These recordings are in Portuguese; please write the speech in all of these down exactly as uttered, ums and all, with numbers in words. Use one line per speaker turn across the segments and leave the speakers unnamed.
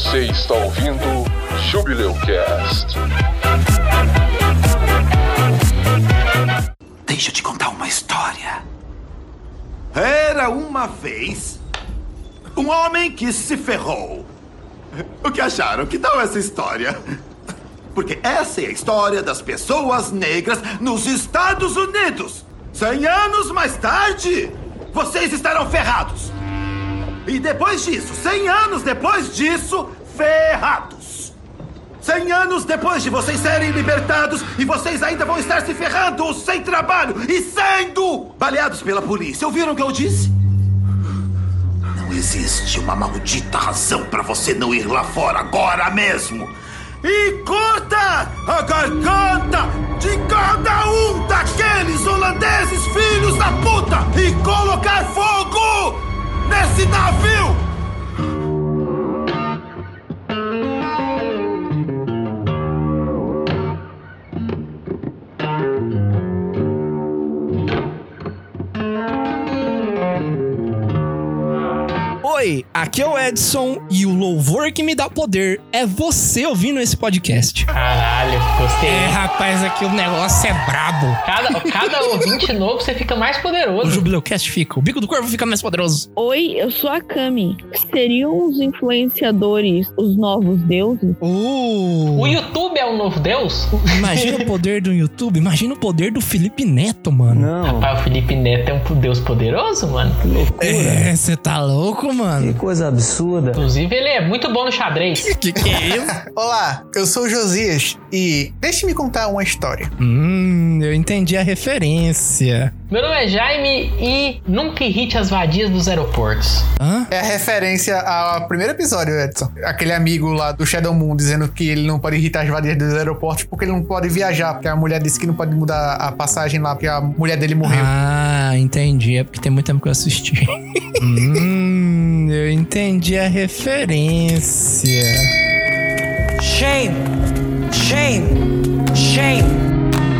Você está ouvindo JubileuCast.
Deixa eu te contar uma história. Era uma vez um homem que se ferrou. O que acharam? Que tal essa história? Porque essa é a história das pessoas negras nos Estados Unidos. Cem anos mais tarde, vocês estarão ferrados. E depois disso, cem anos depois disso, ferrados. Cem anos depois de vocês serem libertados e vocês ainda vão estar se ferrando, sem trabalho e sendo baleados pela polícia. Ouviram o que eu disse? Não existe uma maldita razão para você não ir lá fora agora mesmo. E corta a garganta de cada um daqueles holandeses filhos da puta e colocar fogo nesse navio!
Oi, aqui é o Edson e o louvor que me dá poder é você ouvindo esse podcast.
Caralho, gostei.
É, rapaz, aqui o negócio é brabo.
Cada, cada ouvinte novo você fica mais poderoso.
O JubileuCast fica, o bico do corvo fica mais poderoso.
Oi, eu sou a Cami. Seriam os influenciadores os novos deuses?
Uh,
O YouTube é o novo deus?
Imagina o poder do YouTube, imagina o poder do Felipe Neto, mano.
Não.
Rapaz, o Felipe Neto é um deus poderoso, mano.
Que loucura.
É, você tá louco, mano?
Que coisa absurda.
Inclusive, ele é muito bom no xadrez.
Que que é isso?
Olá, eu sou o Josias e deixe-me contar uma história.
Hum, eu entendi a referência.
Meu nome é Jaime e nunca irrite as vadias dos aeroportos.
Hã?
É a referência ao primeiro episódio, Edson. Aquele amigo lá do Shadow Moon dizendo que ele não pode irritar as vadias dos aeroportos porque ele não pode viajar, porque a mulher disse que não pode mudar a passagem lá porque a mulher dele morreu.
Ah, entendi. É porque tem muito tempo que eu assisti. hum, eu entendi a referência.
Shame! Shame! Shame!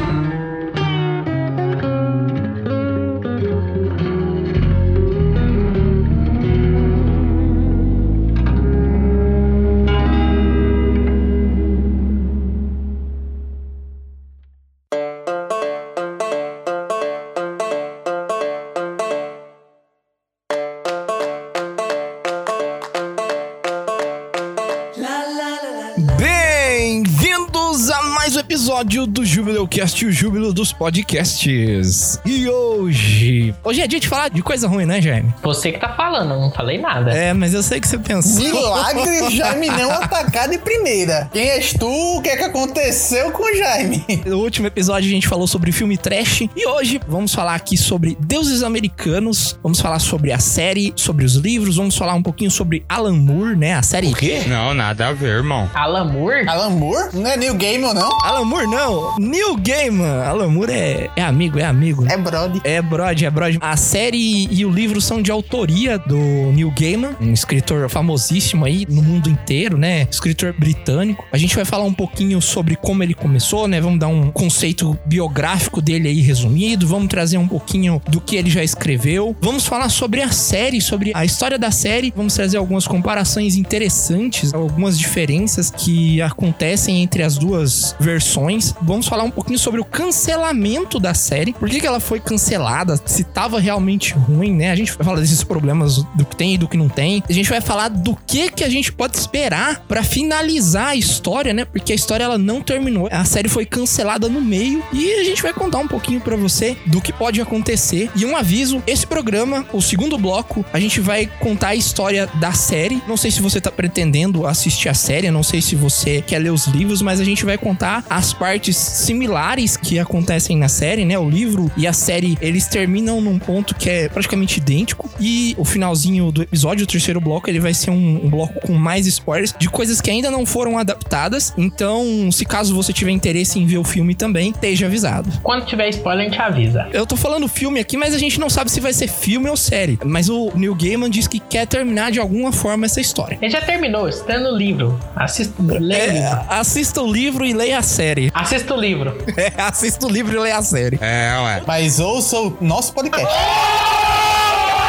Bem-vindos a mais um episódio do JubileuCast, o júbilo dos podcasts. E hoje... Hoje é dia de falar de coisa ruim, né, Jaime?
Você que tá falando, eu não falei nada.
É, mas eu sei que você pensou.
Milagre, Jaime não atacar de primeira. Quem és tu? O que é que aconteceu com o Jaime?
No último episódio a gente falou sobre filme trash e hoje vamos falar aqui sobre deuses americanos, vamos falar sobre a série, sobre os livros, vamos falar um pouquinho sobre Alan Moore, né, a série... O quê?
Não, nada a ver, irmão.
Alan Moore?
Alan Moore? Não é Neil Gaiman, não?
Alan Moore não, Neil Gaiman. Alan Moore é, é amigo, é amigo.
É brother.
É brode, é brode. A série e o livro são de autoria do Neil Gaiman, um escritor famosíssimo aí no mundo inteiro, né? Escritor britânico. A gente vai falar um pouquinho sobre como ele começou, né? Vamos dar um conceito biográfico dele aí resumido. Vamos trazer um pouquinho do que ele já escreveu. Vamos falar sobre a série, sobre a história da série. Vamos trazer algumas comparações interessantes, algumas diferenças que acontecem entre as duas versões. Vamos falar um pouquinho sobre o cancelamento da série. Por que que ela foi cancelada? Se tava realmente ruim, né? A gente vai falar desses problemas do que tem e do que não tem. A gente vai falar do que que a gente pode esperar pra finalizar a história, né? Porque a história ela não terminou. A série foi cancelada no meio e a gente vai contar um pouquinho pra você do que pode acontecer. E um aviso, esse programa, o segundo bloco, a gente vai contar a história da série. Não sei se você tá pretendendo assistir a série, não sei se você quer ler os livros, mas a gente vai contar as partes similares que acontecem na série, né? O livro e a série, eles terminam num ponto que é praticamente idêntico. E o finalzinho do episódio, o terceiro bloco, ele vai ser um, um bloco com mais spoilers de coisas que ainda não foram adaptadas. Então, se caso você tiver interesse em ver o filme também, esteja avisado.
Quando tiver spoiler, a gente avisa.
Eu tô falando filme aqui, mas a gente não sabe se vai ser filme ou série. Mas o Neil Gaiman diz que quer terminar de alguma forma essa história.
Ele já terminou, está no livro. Assista, leia o
É,
livro.
assista o livro e leia a série.
Assista o livro.
É, assista o livro e leia a série.
É, ué.
Mas ouça o nosso podcast.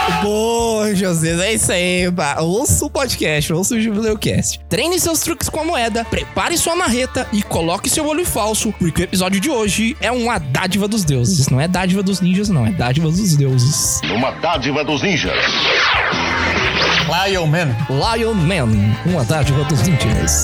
Boa, José, é isso aí. Bah, ouça o podcast, ouça o Jubileucast. Treine seus truques com a moeda, prepare sua marreta e coloque seu olho falso, porque o episódio de hoje é uma dádiva dos deuses. Não é dádiva dos ninjas, não, é dádiva dos deuses.
Uma dádiva dos ninjas.
Lion Man.
Lion Man, uma dádiva dos ninjas.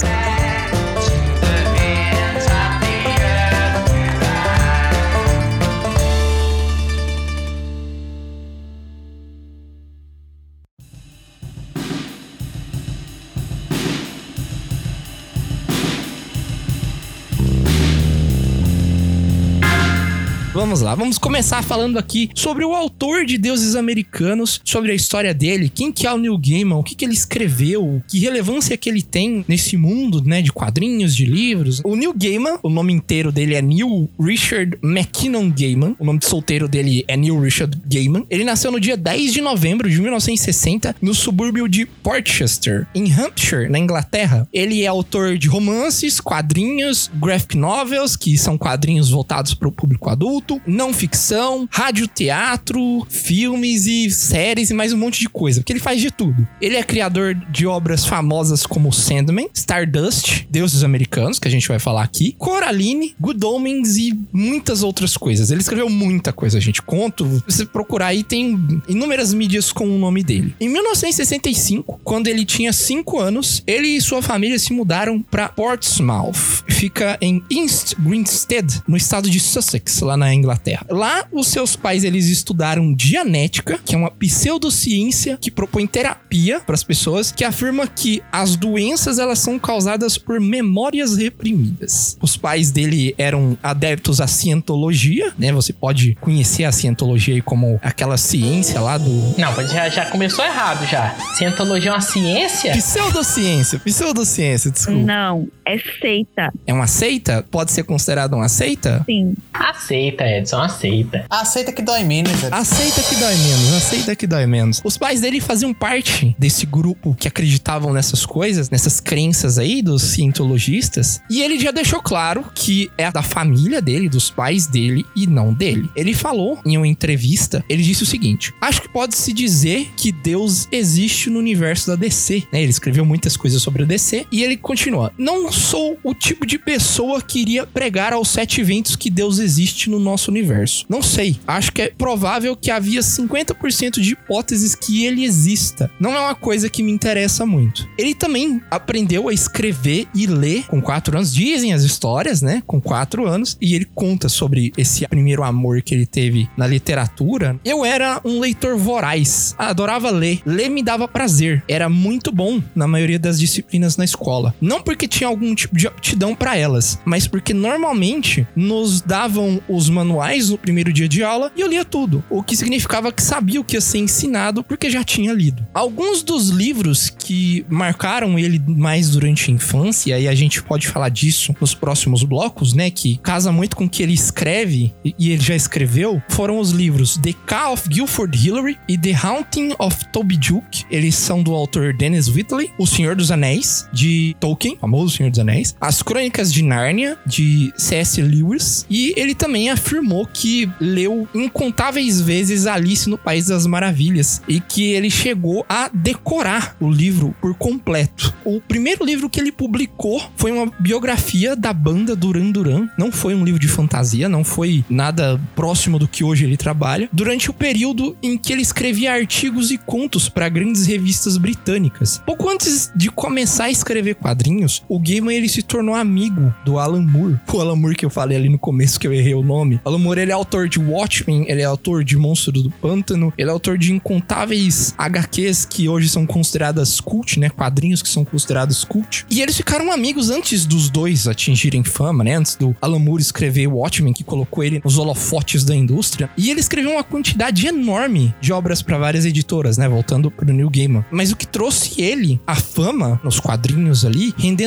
Vamos lá, vamos começar falando aqui sobre o autor de Deuses Americanos, sobre a história dele, quem que é o Neil Gaiman, o que que ele escreveu, que relevância que ele tem nesse mundo, né, de quadrinhos, de livros. O Neil Gaiman, o nome inteiro dele é Neil Richard McKinnon Gaiman, o nome de solteiro dele é Neil Richard Gaiman. Ele nasceu no dia dez de novembro de mil novecentos e sessenta, no subúrbio de Portchester, em Hampshire, na Inglaterra. Ele é autor de romances, quadrinhos, graphic novels, que são quadrinhos voltados para o público adulto, não ficção, radioteatro, filmes e séries e mais um monte de coisa, porque ele faz de tudo. Ele é criador de obras famosas como Sandman, Stardust, Deuses Americanos, que a gente vai falar aqui, Coraline, Good Omens e muitas outras coisas. Ele escreveu muita coisa, gente. Conto, se você procurar aí, tem inúmeras mídias com o nome dele. Em mil novecentos e sessenta e cinco, quando ele tinha cinco anos, ele e sua família se mudaram para Portsmouth. Fica em East Grinstead, no estado de Sussex, lá na Inglaterra. Lá, os seus pais, eles estudaram dianética, que é uma pseudociência que propõe terapia para as pessoas, que afirma que as doenças, elas são causadas por memórias reprimidas. Os pais dele eram adeptos à cientologia, né? Você pode conhecer a cientologia aí como aquela ciência lá do...
Não, já, já começou errado já. Cientologia é uma ciência?
Pseudociência, pseudociência, desculpa.
Não, é seita.
É uma seita? Pode ser considerada uma seita?
Sim.
Aceita, Edson, aceita.
Aceita que dói menos, Edson.
Aceita que dói menos, aceita que dói menos. Os pais dele faziam parte desse grupo que acreditavam nessas coisas, nessas crenças aí dos cientologistas. E ele já deixou claro que é da família dele, dos pais dele e não dele. Ele falou em uma entrevista, ele disse o seguinte: acho que pode-se dizer que Deus existe no universo da D C, né? Ele escreveu muitas coisas sobre o D C e ele continua: não sou o tipo de pessoa que iria pregar aos sete ventos que Deus existe no nosso universo. Não sei. Acho que é provável que havia cinquenta por cento de hipóteses que ele exista. Não é uma coisa que me interessa muito. Ele também aprendeu a escrever e ler com quatro anos. Dizem as histórias, né? Com quatro anos. E ele conta sobre esse primeiro amor que ele teve na literatura. Eu era um leitor voraz. Adorava ler. Ler me dava prazer. Era muito bom na maioria das disciplinas na escola. Não porque tinha algum tipo de aptidão para elas, mas porque normalmente nos davam os manuais no primeiro dia de aula e eu lia tudo, o que significava que sabia o que ia ser ensinado porque já tinha lido. Alguns dos livros que marcaram ele mais durante a infância, e a gente pode falar disso nos próximos blocos, né, que casa muito com o que ele escreve e ele já escreveu, foram os livros The Call of Guilford Hillary e The Haunting of Toby Duke. Eles são do autor Dennis Whitley, O Senhor dos Anéis, de Tolkien, famoso Senhor dos Anéis, As Crônicas de Nárnia, de C S Lewis, e ele também afirmou que leu incontáveis vezes Alice no País das Maravilhas e que ele chegou a decorar o livro por completo. O primeiro livro que ele publicou foi uma biografia da banda Duran Duran. Não foi um livro de fantasia, não foi nada próximo do que hoje ele trabalha. Durante o período em que ele escrevia artigos e contos para grandes revistas britânicas. Pouco antes de começar a escrever quadrinhos, o Gaiman ele se tornou amigo do Alan Moore. O Alan Moore que eu falei ali no começo que eu errei o nome. Alan Moore, ele é autor de Watchmen, ele é autor de Monstros do Pântano, ele é autor de incontáveis H Qs que hoje são consideradas cult, né? Quadrinhos que são considerados cult. E eles ficaram amigos antes dos dois atingirem fama, né? Antes do Alan Moore escrever Watchmen, que colocou ele nos holofotes da indústria. E ele escreveu uma quantidade enorme de obras para várias editoras, né? Voltando pro Neil Gaiman. Mas o que trouxe ele à fama nos quadrinhos ali, rendendo inúmeros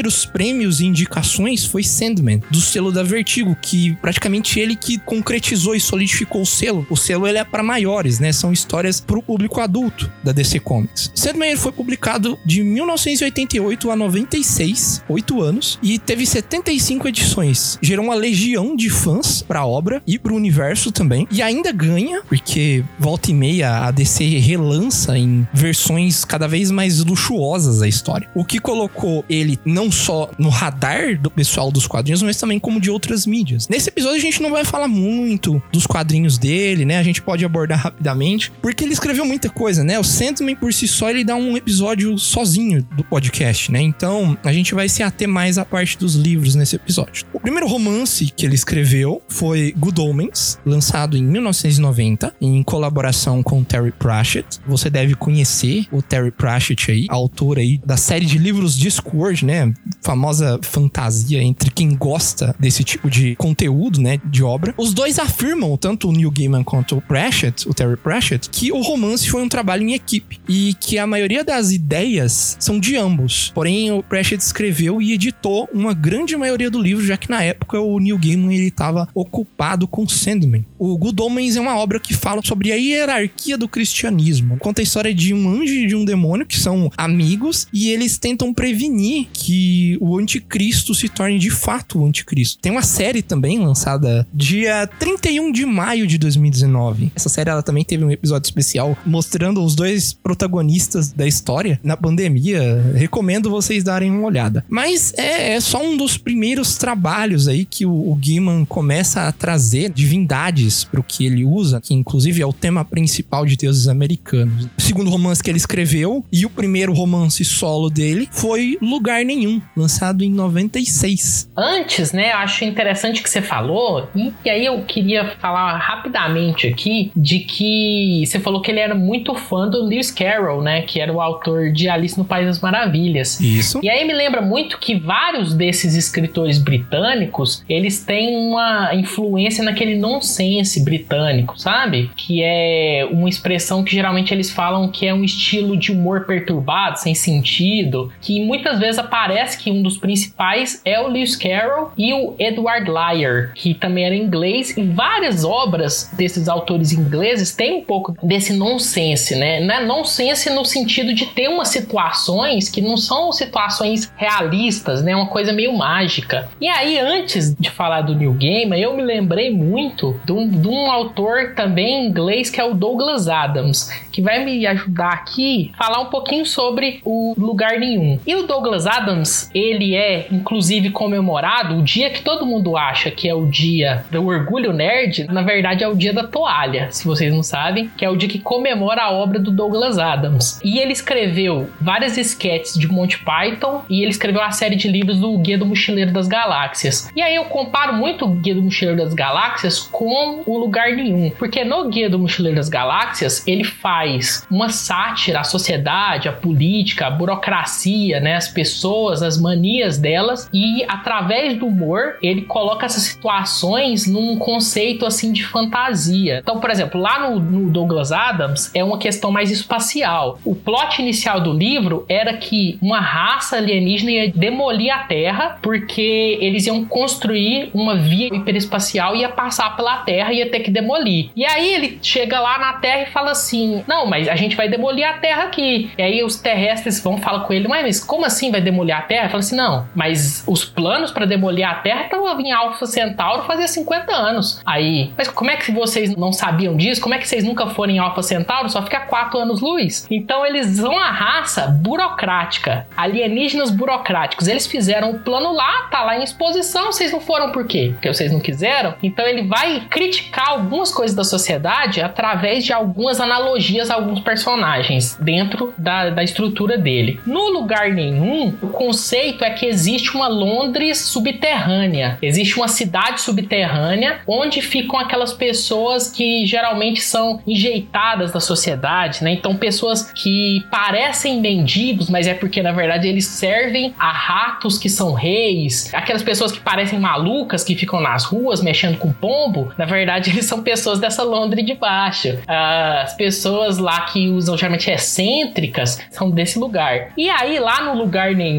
primeiros prêmios e indicações foi Sandman, do selo da Vertigo, que praticamente ele que concretizou e solidificou o selo. O selo ele é para maiores, né? São histórias para o público adulto da D C Comics. Sandman ele foi publicado de mil novecentos e oitenta e oito a noventa e seis, oito anos, e teve setenta e cinco edições. Gerou uma legião de fãs para a obra e para o universo também. E ainda ganha, porque volta e meia a D C relança em versões cada vez mais luxuosas a história. O que colocou ele não só no radar do pessoal dos quadrinhos, mas também como de outras mídias. Nesse episódio a gente não vai falar muito dos quadrinhos dele, né? A gente pode abordar rapidamente, porque ele escreveu muita coisa, né? O Sandman por si só, ele dá um episódio sozinho do podcast, né? Então, a gente vai se ater mais à parte dos livros nesse episódio. O primeiro romance que ele escreveu foi Good Omens, lançado em mil novecentos e noventa, em colaboração com Terry Pratchett. Você deve conhecer o Terry Pratchett aí, autor aí da série de livros Discworld, né? Famosa fantasia entre quem gosta desse tipo de conteúdo, né? De obra. Os dois afirmam, tanto o Neil Gaiman quanto o Pratchett, o Terry Pratchett, que o romance foi um trabalho em equipe e que a maioria das ideias são de ambos. Porém, o Pratchett escreveu e editou uma grande maioria do livro, já que na época o Neil Gaiman ele estava ocupado com Sandman. O Good Omens é uma obra que fala sobre a hierarquia do cristianismo. Conta a história de um anjo e de um demônio que são amigos e eles tentam prevenir que o anticristo se torne de fato o anticristo. Tem uma série também lançada dia trinta e um de maio de dois mil e dezenove. Essa série ela também teve um episódio especial mostrando os dois protagonistas da história na pandemia. Recomendo vocês darem uma olhada. Mas é, é só um dos primeiros trabalhos aí que o, o Gaiman começa a trazer divindades para o que ele usa, que inclusive é o tema principal de Deuses Americanos. O segundo romance que ele escreveu e o primeiro romance solo dele foi Lugar Nenhum, lançado em noventa e seis.
Antes, né, acho interessante que você falou, e, e aí eu queria falar rapidamente aqui de que você falou que ele era muito fã do Lewis Carroll, né, que era o autor de Alice no País das Maravilhas.
Isso.
E aí me lembra muito que vários desses escritores britânicos, eles têm uma influência naquele nonsense britânico, sabe? Que é uma expressão que geralmente eles falam que é um estilo de humor perturbado, sem sentido, que muitas vezes aparece que um dos principais é o Lewis Carroll e o Edward Lear, que também era inglês, e várias obras desses autores ingleses têm um pouco desse nonsense, né? Não é nonsense no sentido de ter umas situações que não são situações realistas, né? Uma coisa meio mágica. E aí, antes de falar do Neil Gaiman, eu me lembrei muito de um, de um autor também inglês que é o Douglas Adams, que vai me ajudar aqui a falar um pouquinho sobre o Lugar Nenhum. E o Douglas Adams, ele é inclusive comemorado o dia que todo mundo acha que é o dia do orgulho nerd, na verdade é o dia da toalha, se vocês não sabem, que é o dia que comemora a obra do Douglas Adams. E ele escreveu várias sketches de Monty Python e ele escreveu a série de livros do Guia do Mochileiro das Galáxias. E aí eu comparo muito o Guia do Mochileiro das Galáxias com o Lugar Nenhum, porque no Guia do Mochileiro das Galáxias ele faz uma sátira à sociedade, à política, à burocracia, né, as pessoas, as manias delas, e através do humor ele coloca essas situações num conceito assim de fantasia. Então, por exemplo, lá no, no Douglas Adams é uma questão mais espacial. O plot inicial do livro era que uma raça alienígena ia demolir a Terra porque eles iam construir uma via hiperespacial e ia passar pela Terra e ia ter que demolir. E aí ele chega lá na Terra e fala assim, não, mas a gente vai demolir a Terra aqui. E aí os terrestres vão falar com ele, mas como assim vai demolir a Terra? Ele fala assim, não, mas os planos para demolir a Terra estavam em Alpha Centauro fazia cinquenta anos. Aí, mas como é que vocês não sabiam disso? Como é que vocês nunca foram em Alpha Centauro? Só fica quatro anos-luz. Então eles são a raça burocrática, alienígenas burocráticos. Eles fizeram o plano lá, tá lá em exposição, vocês não foram por quê? Porque vocês não quiseram? Então ele vai criticar algumas coisas da sociedade através de algumas analogias a alguns personagens dentro da, da estrutura dele. No Lugar Nenhum, o conceito é que existe uma Londres subterrânea. Existe uma cidade subterrânea onde ficam aquelas pessoas que geralmente são enjeitadas da sociedade, né? Então pessoas que parecem mendigos, mas é porque na verdade eles servem a ratos que são reis. Aquelas pessoas que parecem malucas, que ficam nas ruas mexendo com pombo, na verdade eles são pessoas dessa Londres de baixo. As pessoas lá que usam geralmente excêntricas são desse lugar. E aí lá no Lugar Nenhum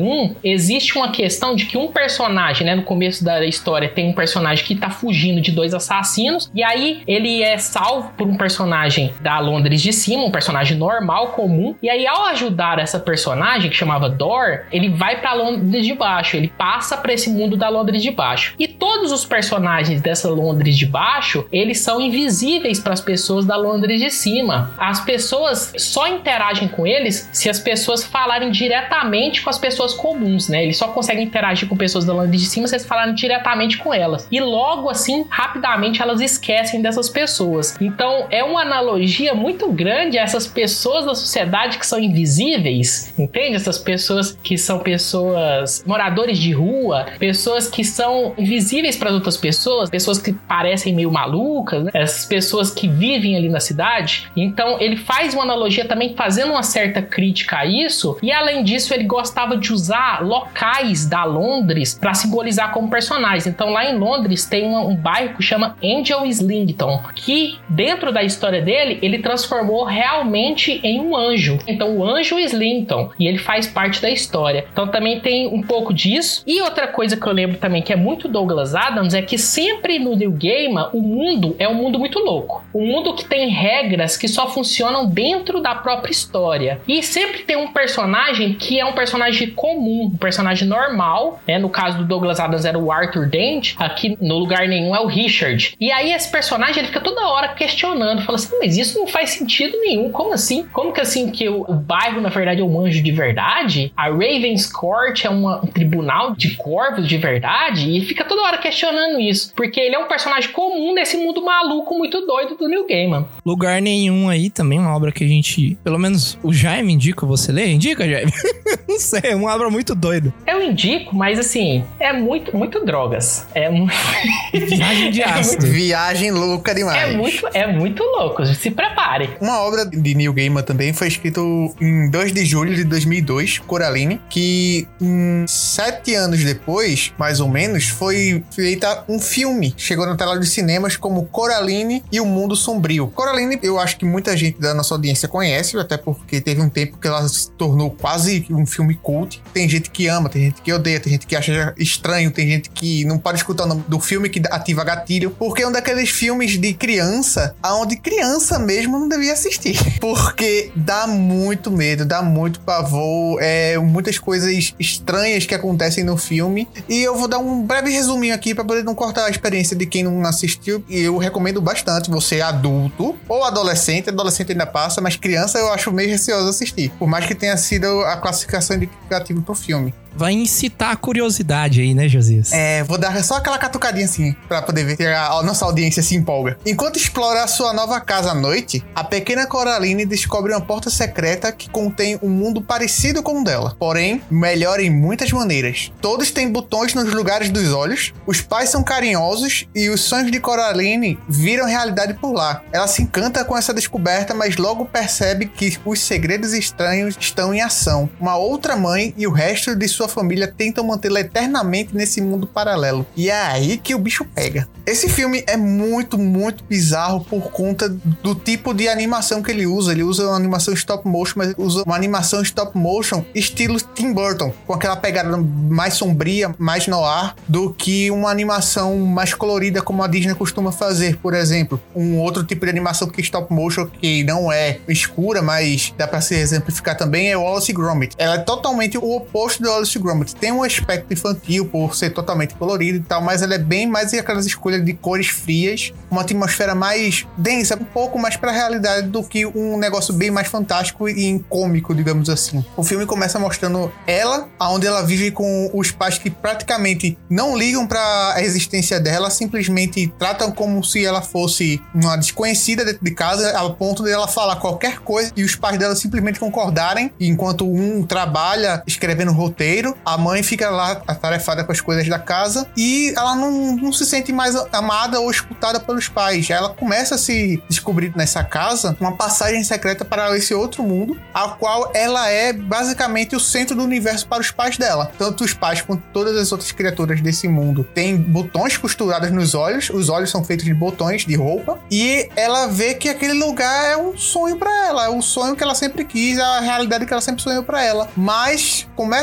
existe uma questão de que um personagem, né, no começo da história tem um personagem que tá fugindo de dois assassinos, e aí ele é salvo por um personagem da Londres de cima, um personagem normal, comum, e aí ao ajudar essa personagem, que chamava Dor, ele vai pra Londres de baixo, ele passa pra esse mundo da Londres de baixo. E todos os personagens dessa Londres de baixo, eles são invisíveis para as pessoas da Londres de cima. As pessoas só interagem com eles se as pessoas falarem diretamente com as pessoas comuns, né? Eles só conseguem interagir com pessoas da Londres de cima se eles falarem diretamente com elas. E logo assim, rapidamente, elas esquecem dessas pessoas. Então, é uma analogia muito grande a essas pessoas da sociedade que são invisíveis, entende? Essas pessoas que são pessoas, moradores de rua, pessoas que são invisíveis para as outras pessoas, pessoas que parecem meio malucas, né? Essas pessoas que vivem ali na cidade. Então, ele faz uma analogia também fazendo uma certa crítica a isso, e além disso, ele gostava de usar locais da Londres para simbolizar como personagens. Então, lá em Londres tem um, um bairro que chama Angel Islington, que dentro da história dele, ele transformou realmente em um anjo. Então, o anjo Islington, e ele faz parte da história. Então, também tem um pouco disso. E outra coisa que eu lembro também, que é muito Douglas Adams, é que sempre no New Gaiman, o mundo é um mundo muito louco. Um mundo que tem regras que só funcionam dentro da própria história. E sempre tem um personagem que é um personagem comum, um personagem normal, né? No caso do Douglas Adams era o Arthur Dent, aqui no Lugar Nenhum é o Richard. E aí esse personagem, ele fica toda hora questionando, fala assim, mas isso não faz sentido nenhum, como assim? Como que assim que o, o bairro, na verdade, é um anjo de verdade? A Raven's Court é uma, um tribunal de corvos de verdade? E fica toda hora questionando isso, porque ele é um personagem comum nesse mundo maluco, muito doido do New Gaiman.
Lugar Nenhum aí também, uma obra que a gente, pelo menos o Jaime indica, você lê? Indica, Jaime? Não sei, é uma obra muito doida.
Eu indico, mas assim, é muito, muito drogas. É muito...
Viagem de ácido.
É muito... Viagem louca demais.
É muito, é muito louco, se prepare.
Uma obra de Neil Gaiman também foi escrito em dois de julho de dois mil e dois, Coraline, que um, sete anos depois, mais ou menos, foi feita um filme. Chegou na tela dos cinemas como Coraline e o Mundo Sombrio. Coraline, eu acho que muita gente da nossa audiência conhece, até porque teve um tempo que ela se tornou quase um filme cult. Tem gente que ama, tem gente que odeia, tem gente que acha estranho, tem gente que não pode escutar o nome do filme que ativa gatilho, porque é um daqueles filmes de criança, aonde criança mesmo não devia assistir. Porque dá muito medo, dá muito pavor, é, muitas coisas estranhas que acontecem no filme. E eu vou dar um breve resuminho aqui para poder não cortar a experiência de quem não assistiu. E eu recomendo bastante você adulto ou adolescente, adolescente ainda passa, mas criança eu acho meio receoso assistir, por mais que tenha sido a classificação indicativa pro filme.
Vai incitar a curiosidade aí, né, Josias?
É, vou dar só aquela catucadinha assim, pra poder ver que a, a nossa audiência se empolga. Enquanto explora a sua nova casa à noite, a pequena Coraline descobre uma porta secreta que contém um mundo parecido com o dela, porém, melhor em muitas maneiras. Todos têm botões nos lugares dos olhos, os pais são carinhosos e os sonhos de Coraline viram realidade por lá. Ela se encanta com essa descoberta, mas logo percebe que os segredos estranhos estão em ação. Uma outra mãe e o resto de sua sua família tentam mantê-la eternamente nesse mundo paralelo. E é aí que o bicho pega. Esse filme é muito, muito bizarro por conta do tipo de animação que ele usa. Ele usa uma animação stop motion, mas usa uma animação stop motion estilo Tim Burton, com aquela pegada mais sombria, mais noir, do que uma animação mais colorida como a Disney costuma fazer, por exemplo. Um outro tipo de animação que stop motion, que não é escura, mas dá pra se exemplificar também, é o Wallace e Gromit. Ela é totalmente o oposto do Wallace e Gromit. Tem um aspecto infantil por ser totalmente colorido e tal, mas ela é bem mais aquelas escolhas de cores frias, uma atmosfera mais densa, um pouco mais pra realidade do que um negócio bem mais fantástico e cômico, digamos assim. O filme começa mostrando ela, onde ela vive com os pais que praticamente não ligam pra existência dela, simplesmente tratam como se ela fosse uma desconhecida dentro de casa, ao ponto de ela falar qualquer coisa e os pais dela simplesmente concordarem, enquanto um trabalha escrevendo roteiro, a mãe fica lá atarefada com as coisas da casa e ela não, não se sente mais amada ou escutada pelos pais. Ela começa a se descobrir nessa casa uma passagem secreta para esse outro mundo, a qual ela é basicamente o centro do universo para os pais dela. Tanto os pais quanto todas as outras criaturas desse mundo têm botões costurados nos olhos, os olhos são feitos de botões de roupa, e ela vê que aquele lugar é um sonho para ela, é o sonho que ela sempre quis, a realidade que ela sempre sonhou para ela. Mas começam a acontecer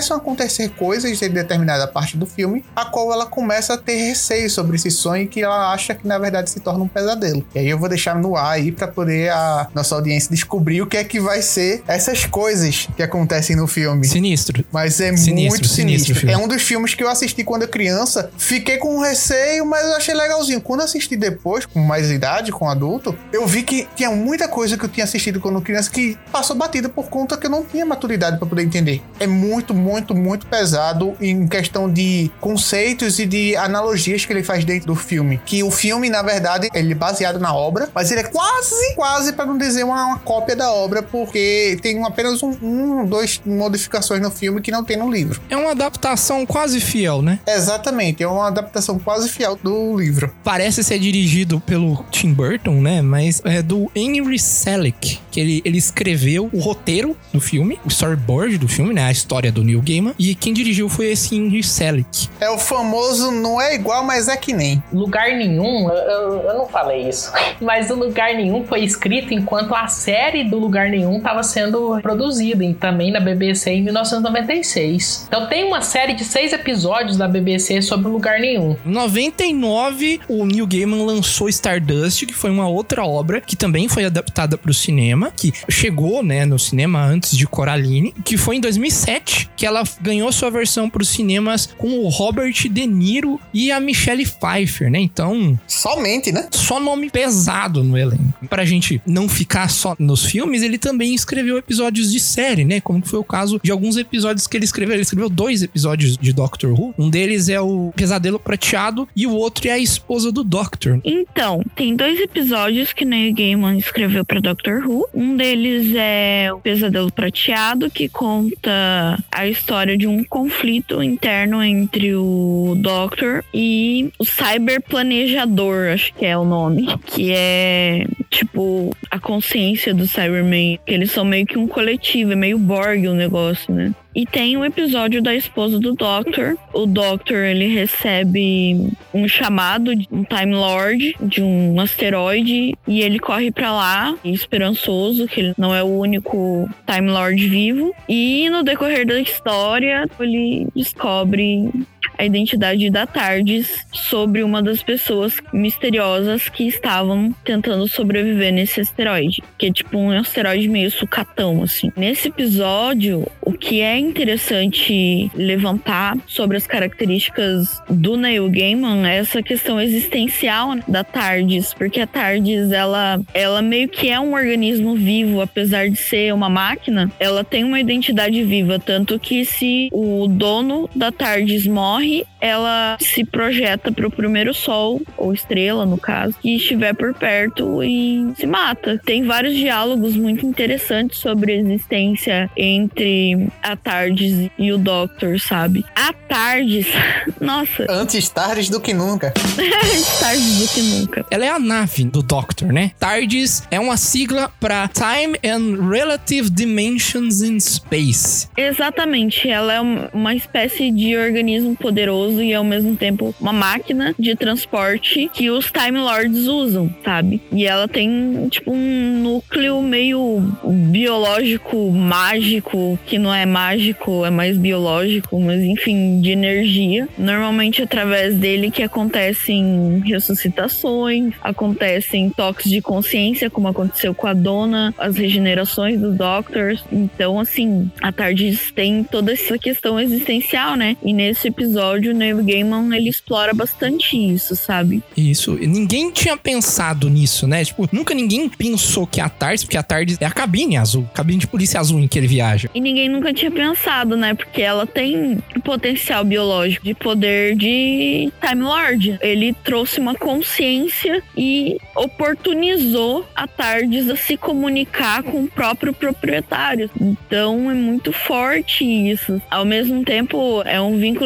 acontecer coisas em determinada parte do filme, a qual ela começa a ter receio sobre esse sonho que ela acha que na verdade se torna um pesadelo. E aí eu vou deixar no ar aí pra poder a nossa audiência descobrir o que é que vai ser essas coisas que acontecem no filme.
Sinistro.
Mas é
Sinistro,
muito sinistro.
sinistro
É um dos filmes que eu assisti quando eu criança, fiquei com receio, mas eu achei legalzinho. Quando eu assisti depois, com mais idade, com adulto, eu vi que tinha muita coisa que eu tinha assistido quando criança que passou batida por conta que eu não tinha maturidade pra poder entender. É muito, muito, muito pesado em questão de conceitos e de analogias que ele faz dentro do filme. Que o filme, na verdade, ele é baseado na obra, mas ele é quase, quase, pra não dizer uma, uma cópia da obra, porque tem apenas um, um, dois modificações no filme que não tem no livro.
É uma adaptação quase fiel, né?
Exatamente, é uma adaptação quase fiel do livro.
Parece ser dirigido pelo Tim Burton, né? Mas é do Henry Selick, que ele, ele escreveu o roteiro do filme, o storyboard do filme, né? A história do Neil Gaiman. E quem dirigiu foi esse Henry Selick.
É o famoso não é igual, mas é que nem.
Lugar Nenhum, eu, eu, eu não falei isso, mas o Lugar Nenhum foi escrito enquanto a série do Lugar Nenhum estava sendo produzida, e também na B B C em mil novecentos e noventa e seis. Então tem uma série de seis episódios da B B C sobre o Lugar Nenhum.
Em noventa e nove, o Neil Gaiman lançou Stardust, que foi uma outra obra que também foi adaptada para o cinema, que chegou, né, no cinema antes de Coraline, que foi em dois mil e sete que ela ganhou sua versão para os cinemas com o Robert De Niro e a Michelle Pfeiffer, né? Então,
somente, né?
Só nome pesado no elenco. Pra gente não ficar só nos filmes, ele também escreveu episódios de série, né? Como foi o caso de alguns episódios que ele escreveu. Ele escreveu dois episódios de Doctor Who. Um deles é o Pesadelo Prateado e o outro é a esposa do Doctor.
Então, tem dois episódios que Neil Gaiman escreveu pra Doctor Who. Um deles é o Pesadelo Prateado, que conta a história de um conflito interno entre o Doctor e o Cyberplanejador, acho que é o nome, que é tipo a consciência do Cyberman, que eles são meio que um coletivo, é meio Borg o negócio, né? E tem um episódio da esposa do Doctor. O Doctor, ele recebe um chamado de um Time Lord, de um asteroide, e ele corre pra lá, esperançoso, que ele não é o único Time Lord vivo. E no decorrer da história, ele descobre a identidade da TARDIS sobre uma das pessoas misteriosas que estavam tentando sobreviver nesse asteroide, que é tipo um asteroide meio sucatão, assim. Nesse episódio, o que é interessante levantar sobre as características do Neil Gaiman é essa questão existencial da TARDIS, porque a TARDIS, ela, ela meio que é um organismo vivo, apesar de ser uma máquina, ela tem uma identidade viva, tanto que se o dono da TARDIS morre, ela se projeta para o primeiro sol, ou estrela no caso, que estiver por perto e se mata. Tem vários diálogos muito interessantes sobre a existência entre a TARDIS e o Doctor, sabe? A TARDIS, nossa.
Antes tarde do que nunca.
Antes tarde do que nunca.
Ela é a nave do Doctor, né? TARDIS é uma sigla para Time and Relative Dimensions in Space.
Exatamente. Ela é uma espécie de organismo poderoso e ao mesmo tempo uma máquina de transporte que os Time Lords usam, sabe? E ela tem tipo um núcleo meio biológico, mágico, que não é mágico, é mais biológico, mas enfim, de energia. Normalmente através dele que acontecem ressuscitações, acontecem toques de consciência, como aconteceu com a Donna, as regenerações dos Doctors. Então, assim, a TARDIS tem toda essa questão existencial, né? E nesse episódio, o Neil Gaiman, ele explora bastante isso, sabe?
Isso. Ninguém tinha pensado nisso, né? Tipo, nunca ninguém pensou que a TARDIS, porque a TARDIS é a cabine azul, cabine de polícia azul em que ele viaja.
E ninguém nunca tinha pensado, né? Porque ela tem potencial biológico de poder de Time Lord. Ele trouxe uma consciência e oportunizou a TARDIS a se comunicar com o próprio proprietário. Então, é muito forte isso. Ao mesmo tempo, é um vínculo de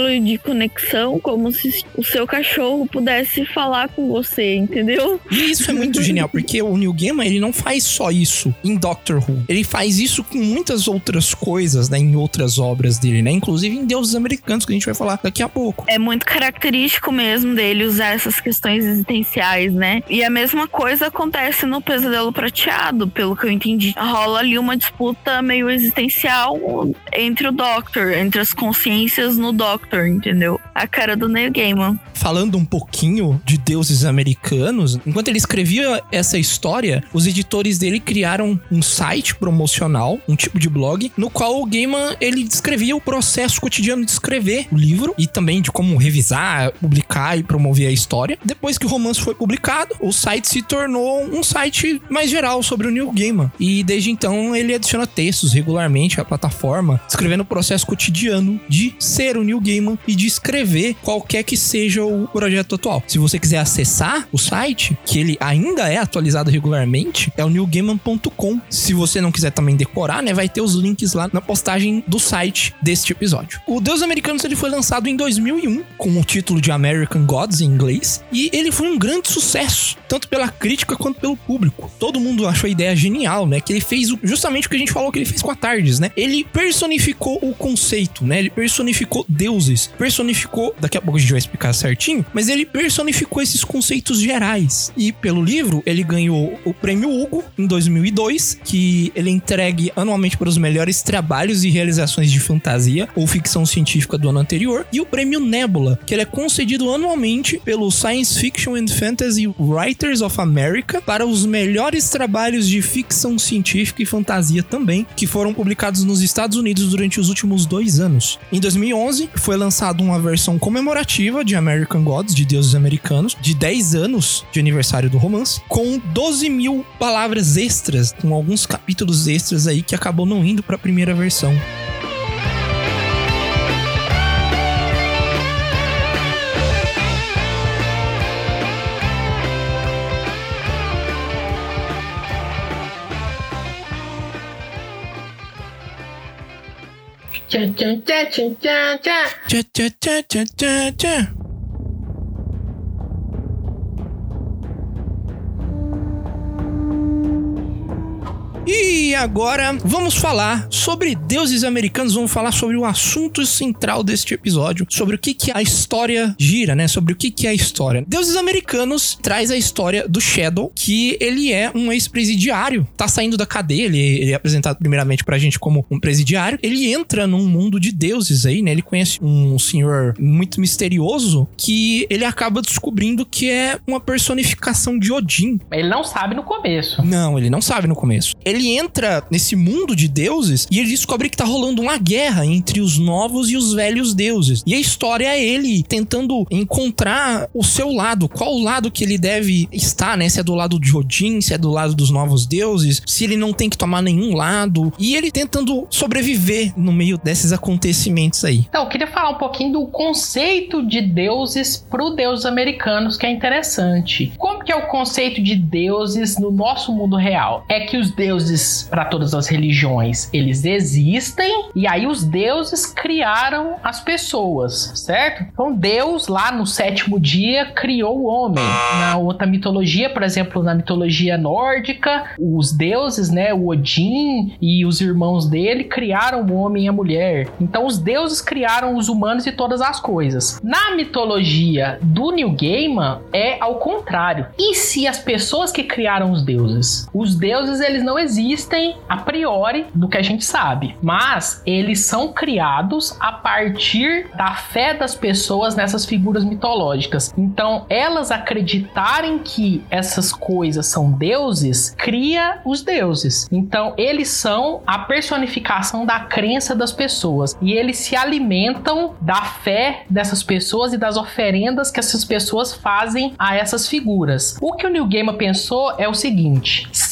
conexão, como se o seu cachorro pudesse falar com você, entendeu?
E isso é muito genial, porque o Neil Gaiman, ele não faz só isso em Doctor Who. Ele faz isso com muitas outras coisas, né, em outras obras dele, né? Inclusive em Deuses Americanos, que a gente vai falar daqui a pouco.
É muito característico mesmo dele usar essas questões existenciais, né? E a mesma coisa acontece no Pesadelo Prateado, pelo que eu entendi. Rola ali uma disputa meio existencial entre o Doctor, entre as consciências no Doctor, entendeu? A cara do Neil Gaiman.
Falando um pouquinho de Deuses Americanos, enquanto ele escrevia essa história, os editores dele criaram um site promocional, um tipo de blog, no qual o Gaiman, ele descrevia o processo cotidiano de escrever o livro e também de como revisar, publicar e promover a história. Depois que o romance foi publicado, o site se tornou um site mais geral sobre o Neil Gaiman. E desde então ele adiciona textos regularmente à plataforma, escrevendo o processo cotidiano de ser o Neil Gaiman e de escrever qualquer que seja o projeto atual. Se você quiser acessar o site, que ele ainda é atualizado regularmente, é o neil gaiman ponto com. Se você não quiser também decorar, né, vai ter os links lá na postagem do site deste episódio. O Deuses Americanos, ele foi lançado em dois mil e um, com o título de American Gods em inglês, e ele foi um grande sucesso, tanto pela crítica quanto pelo público. Todo mundo achou a ideia genial, né, que ele fez justamente o que a gente falou que ele fez com a TARDIS, né? Ele personificou o conceito, né? Ele personificou deuses, personificou, daqui a pouco a gente vai explicar certinho, mas ele personificou esses conceitos gerais. E pelo livro, ele ganhou o prêmio Hugo em dois mil e dois, que ele é entregue anualmente para os melhores trabalhos e realizações de fantasia ou ficção científica do ano anterior, e o prêmio Nebula, que ele é concedido anualmente pelo Science Fiction and Fantasy Writers of America para os melhores trabalhos de ficção científica e fantasia também, que foram publicados nos Estados Unidos durante os últimos dois anos. Em dois mil e onze, foi lançada uma versão comemorativa de American Gods, de Deuses Americanos, de dez anos de aniversário do romance, com doze mil palavras extras, com alguns capítulos extras aí que acabou não indo para a primeira versão.
Tchá, tchá, tchá, tchá, tchá, tchá.
Tchá, tchá, tchá, tchá, tchá, tchá. E agora vamos falar sobre Deuses Americanos, vamos falar sobre o assunto central deste episódio, sobre o que que a história gira, né? Sobre o que que é a história. Deuses Americanos traz a história do Shadow, que ele é um ex-presidiário, tá saindo da cadeia, ele, ele é apresentado primeiramente pra gente como um presidiário, ele entra num mundo de deuses aí, né? Ele conhece um senhor muito misterioso que ele acaba descobrindo que é uma personificação de Odin.
Ele não sabe no começo.
Não, ele não sabe no começo. Ele entra nesse mundo de deuses e ele descobre que tá rolando uma guerra entre os novos e os velhos deuses. E a história é ele tentando encontrar o seu lado, qual o lado que ele deve estar, né? Se é do lado de Odin, se é do lado dos novos deuses, se ele não tem que tomar nenhum lado. E ele tentando sobreviver no meio desses acontecimentos aí.
Então, eu queria falar um pouquinho do conceito de deuses pro Deuses Americanos, que é interessante. Como que é o conceito de deuses no nosso mundo real? É que os deuses para todas as religiões, eles existem, e aí os deuses criaram as pessoas, certo? Então Deus lá no sétimo dia criou o homem. Na outra mitologia, por exemplo, na mitologia nórdica, os deuses, né, o Odin e os irmãos dele criaram o homem e a mulher. Então os deuses criaram os humanos e todas as coisas. Na mitologia do Neil Gaiman é ao contrário. E se as pessoas que criaram os deuses? Os deuses, eles não existem a priori do que a gente sabe, mas eles são criados a partir da fé das pessoas nessas figuras mitológicas. Então, elas acreditarem que essas coisas são deuses, cria os deuses. Então, eles são a personificação da crença das pessoas e eles se alimentam da fé dessas pessoas e das oferendas que essas pessoas fazem a essas figuras. O que o Neil Gaiman pensou é o seguinte: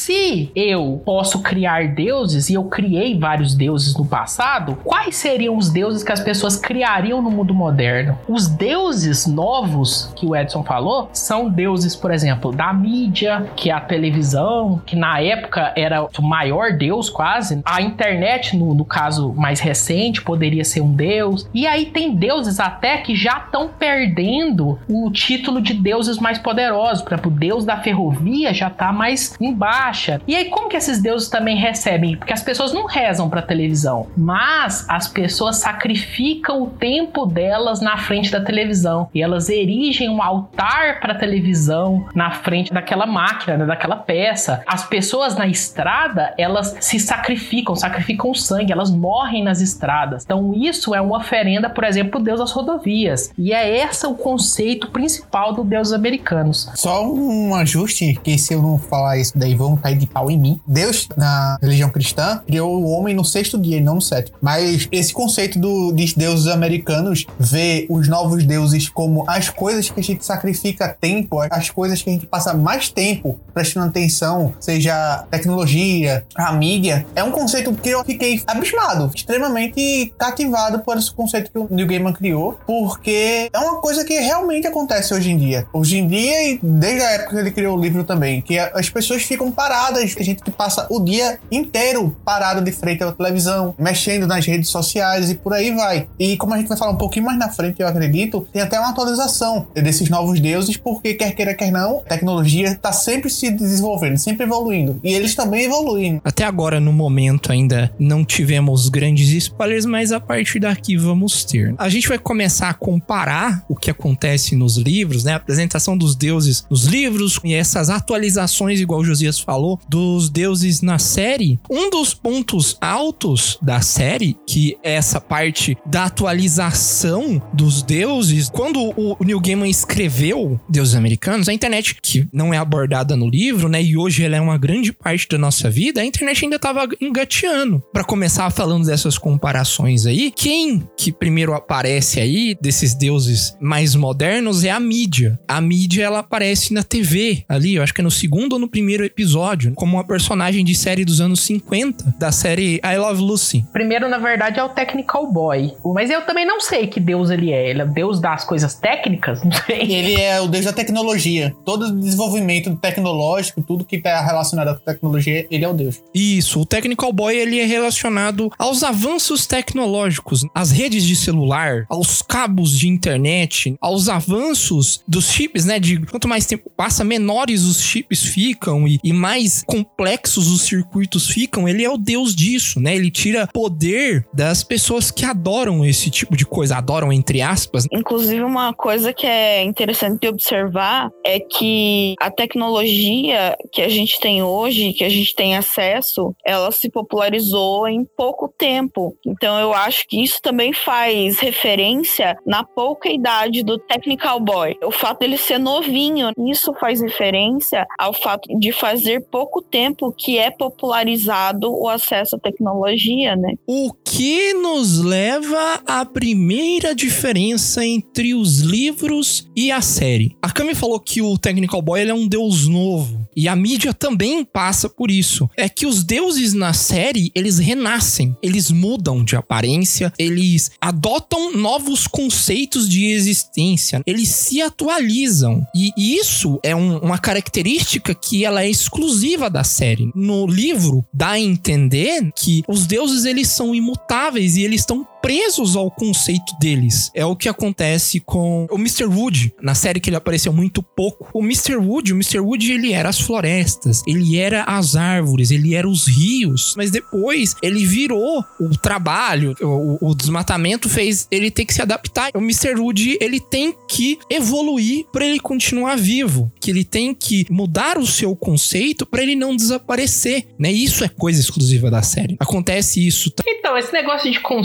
se eu posso criar deuses, e eu criei vários deuses no passado, quais seriam os deuses que as pessoas criariam no mundo moderno? Os deuses novos que o Edson falou são deuses, por exemplo, da mídia, que é a televisão, que na época era o maior deus quase. A internet, no, no caso mais recente, poderia ser um deus. E aí tem deuses até que já estão perdendo o título de deuses mais poderosos. Por exemplo, o deus da ferrovia já está mais em baixa. E aí como que esses deuses também recebem? Porque as pessoas não rezam para televisão, mas as pessoas sacrificam o tempo delas na frente da televisão. E elas erigem um altar para televisão na frente daquela máquina, né, daquela peça. As pessoas na estrada, elas se sacrificam, sacrificam o sangue, elas morrem nas estradas. Então isso é uma oferenda, por exemplo, pro deus das rodovias. E é esse o conceito principal do deus americanos.
Só um ajuste, que se eu não falar isso daí vão cair de pau em mim. Deus, na religião cristã, criou o homem no sexto dia e não no sétimo. Mas esse conceito do, dos deuses americanos vê os novos deuses como as coisas que a gente sacrifica tempo, as coisas que a gente passa mais tempo prestando atenção, seja tecnologia, a mídia, é um conceito que eu fiquei abismado, extremamente cativado por esse conceito que o Neil Gaiman criou, porque é uma coisa que realmente acontece hoje em dia. Hoje em dia, e desde a época que ele criou o livro também, que as pessoas ficam paradas, a gente que passa o dia inteiro parado de frente à televisão, mexendo nas redes sociais e por aí vai. E como a gente vai falar um pouquinho mais na frente, eu acredito, tem até uma atualização desses novos deuses, porque quer queira, quer não, a tecnologia está sempre se desenvolvendo, sempre evoluindo. E eles também evoluindo.
Até agora, no momento, ainda não tivemos grandes spoilers, mas a partir daqui vamos ter. A gente vai começar a comparar o que acontece nos livros, né? A apresentação dos deuses nos livros e essas atualizações, igual o Josias falou, dos deuses na série. Um dos pontos altos da série, que é essa parte da atualização dos deuses, quando o Neil Gaiman escreveu Deuses Americanos, a internet, que não é abordada no livro, né, e hoje ela é uma grande parte da nossa vida, a internet ainda tava engateando. Pra começar falando dessas comparações aí, quem que primeiro aparece aí, desses deuses mais modernos, é a mídia. A mídia, ela aparece na T V, ali, eu acho que é no segundo ou no primeiro episódio, como uma personagem de série dos anos cinquenta, da série I Love Lucy.
Primeiro, na verdade, é o Technical Boy. Mas eu também não sei que deus ele é. Ele é o deus das coisas técnicas? Não sei.
Ele é o deus da tecnologia. Todo o desenvolvimento tecnológico, tudo que está relacionado com tecnologia, ele é o deus.
Isso, o Technical Boy, ele é relacionado aos avanços tecnológicos, às redes de celular, aos cabos de internet, aos avanços dos chips, né? De quanto mais tempo passa, menores os chips ficam e, e mais complexos os circuitos ficam. Ele é o deus disso, né? Ele tira poder das pessoas que adoram esse tipo de coisa, adoram entre aspas.
Inclusive, uma coisa que é interessante de observar é que a tecnologia que a gente tem hoje, que a gente tem acesso, ela se popularizou em pouco tempo. Então eu acho que isso também faz referência na pouca idade do Technical Boy. O fato dele ser novinho, isso faz referência ao fato de fazer pouco tempo que é popularizado o acesso à tecnologia, né?
O que nos leva à primeira diferença entre os livros e a série. A Cami falou que o Technical Boy ele é um deus novo. E a mídia também passa por isso. É que os deuses na série, eles renascem. Eles mudam de aparência. Eles adotam novos conceitos de existência. Eles se atualizam. E isso é um, uma característica que ela é exclusiva da série. No livro, dá a entender que os deuses, eles são imutáveis e eles estão presos ao conceito deles. É o que acontece com o mister Wood, na série que ele apareceu muito pouco. O mister Wood, o mister Wood, ele era as florestas, ele era as árvores, ele era os rios, mas depois ele virou o trabalho, o, o desmatamento fez ele ter que se adaptar. O mister Wood, ele tem que evoluir para ele continuar vivo, que ele tem que mudar o seu conceito para ele não desaparecer, né? Isso é coisa exclusiva da série. Acontece isso.
Então, esse negócio de conceito de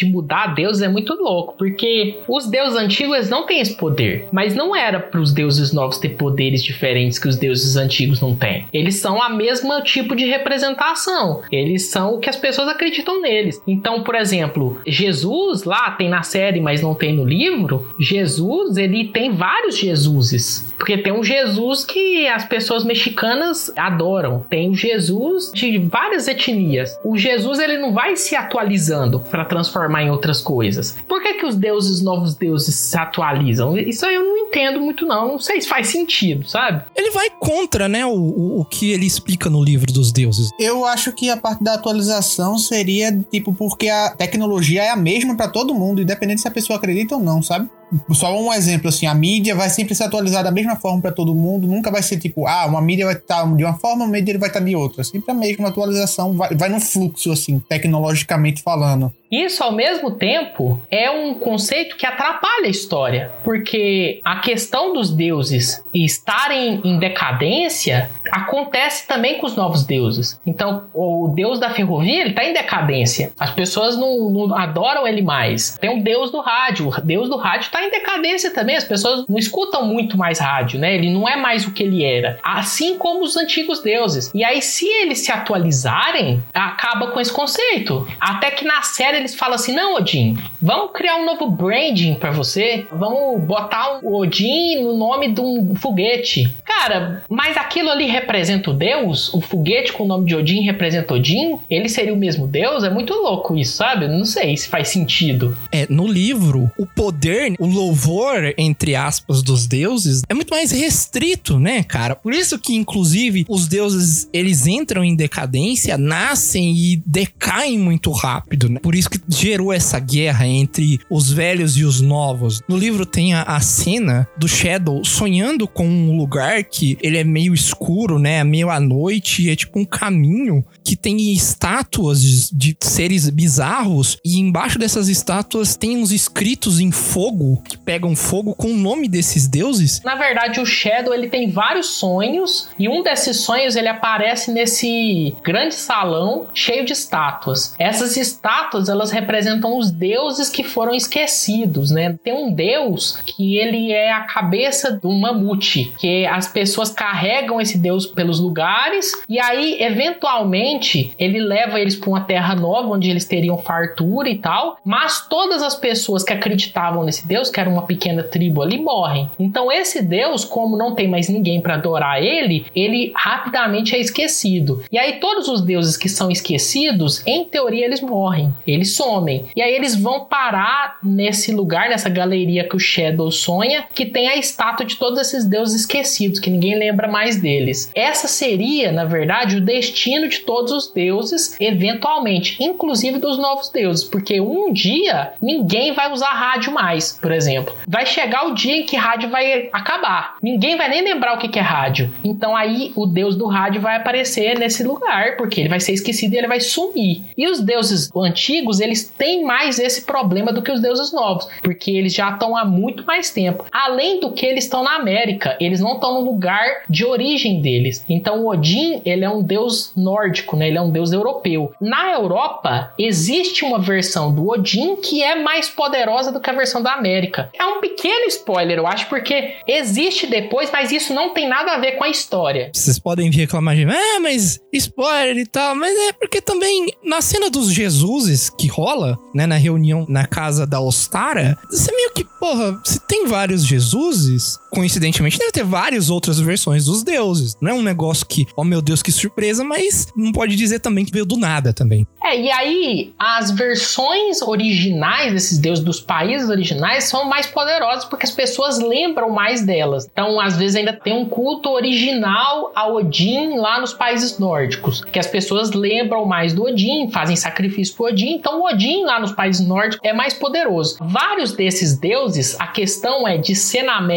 de mudar deuses é muito louco, porque os deuses antigos eles não têm esse poder, mas não era para os deuses novos ter poderes diferentes que os deuses antigos não têm. Eles são a mesma tipo de representação, eles são o que as pessoas acreditam neles. Então, por exemplo, Jesus lá tem na série, mas não tem no livro. Jesus, ele tem vários Jesuses, porque tem um Jesus que as pessoas mexicanas adoram, tem o Jesus de várias etnias. O Jesus, ele não vai se atualizando para transformar em outras coisas. Por que que os deuses, novos deuses se atualizam? Isso aí eu não entendo muito não, não sei se faz sentido, sabe?
Ele vai contra, né, o, o, o que ele explica no livro dos deuses.
Eu acho que a parte da atualização seria, tipo, porque a tecnologia é a mesma pra todo mundo, independente se a pessoa acredita ou não, sabe? Só um exemplo, assim, a mídia vai sempre se atualizar da mesma forma pra todo mundo, nunca vai ser tipo, ah, uma mídia vai estar de uma forma, uma mídia vai estar de outra. Sempre a mesma atualização, vai, vai no fluxo, assim, tecnologicamente falando.
Isso, ao mesmo tempo, é um conceito que atrapalha a história, porque a questão dos deuses estarem em decadência acontece também com os novos deuses. Então, o deus da ferrovia, ele está em decadência. As pessoas não, não adoram ele mais. Tem um deus do rádio. O deus do rádio está em decadência também. As pessoas não escutam muito mais rádio, né? Ele não é mais o que ele era. Assim como os antigos deuses. E aí, se eles se atualizarem, acaba com esse conceito. Até que na série eles falam assim, não, Odin, vamos criar um novo branding pra você. Vamos botar o Odin no nome de um foguete. Cara, mas aquilo ali representa o deus? O foguete com o nome de Odin representa Odin? Ele seria o mesmo deus? É muito louco isso, sabe? Não sei se faz sentido.
É, no livro, o poder, o louvor, entre aspas, dos deuses é muito mais restrito, né, cara? Por isso que, inclusive, os deuses, eles entram em decadência, nascem e decaem muito rápido, né? Por isso que gerou essa guerra entre os velhos e os novos. No livro tem a, a cena do Shadow sonhando com um lugar que ele é meio escuro, né? Meio à noite, e é tipo um caminho que tem estátuas de, de seres bizarros, e embaixo dessas estátuas tem uns escritos em fogo, que pegam fogo com o nome desses deuses.
Na verdade, o Shadow, ele tem vários sonhos, e um desses sonhos, ele aparece nesse grande salão cheio de estátuas. Essas estátuas, elas representam os deuses que foram esquecidos, né? Tem um deus que ele é a cabeça do mamute, que as pessoas carregam esse deus pelos lugares, e aí, eventualmente, ele leva eles para uma terra nova, onde eles teriam fartura e tal, mas todas as pessoas que acreditavam nesse deus, que era uma pequena tribo ali, morrem. Então, esse deus, como não tem mais ninguém para adorar ele, ele rapidamente é esquecido. E aí, todos os deuses que são esquecidos, em teoria, eles morrem, eles somem. E aí, eles vão parar nesse lugar, nessa galeria que o Shadow sonha, que tem a estátua de todos esses deuses esquecidos, que ninguém lembra mais deles. Essa seria, na verdade, o destino de todos os deuses, eventualmente, inclusive dos novos deuses, porque um dia ninguém vai usar rádio mais, por exemplo. Vai chegar o dia em que rádio vai acabar. Ninguém vai nem lembrar o que é rádio. Então aí o deus do rádio vai aparecer nesse lugar, porque ele vai ser esquecido e ele vai sumir. E os deuses antigos, eles têm mais esse problema do que os deuses novos, porque eles já estão há muito mais tempo. Além do que eles estão na América, eles não estão no lugar de origem deles. Então o Odin, ele é um deus nórdico, né? Ele é um deus europeu. Na Europa, existe uma versão do Odin que é mais poderosa do que a versão da América. É um pequeno spoiler, eu acho, porque existe depois, mas isso não tem nada a ver com a história.
Vocês podem vir reclamar de, ah, mas spoiler e tal, mas é porque também na cena dos Jesuses que rola, né, na reunião na casa da Ostara, você meio que, porra, se tem vários Jesuses, coincidentemente deve ter várias outras versões dos deuses. Não é um negócio que, oh meu Deus, que surpresa, mas não pode dizer também que veio do nada também.
É, e aí as versões originais desses deuses dos países originais são mais poderosas porque as pessoas lembram mais delas. Então, às vezes ainda tem um culto original a Odin lá nos países nórdicos, que as pessoas lembram mais do Odin, fazem sacrifício pro Odin. Então, o Odin lá nos países nórdicos é mais poderoso. Vários desses deuses, a questão é de ser na América é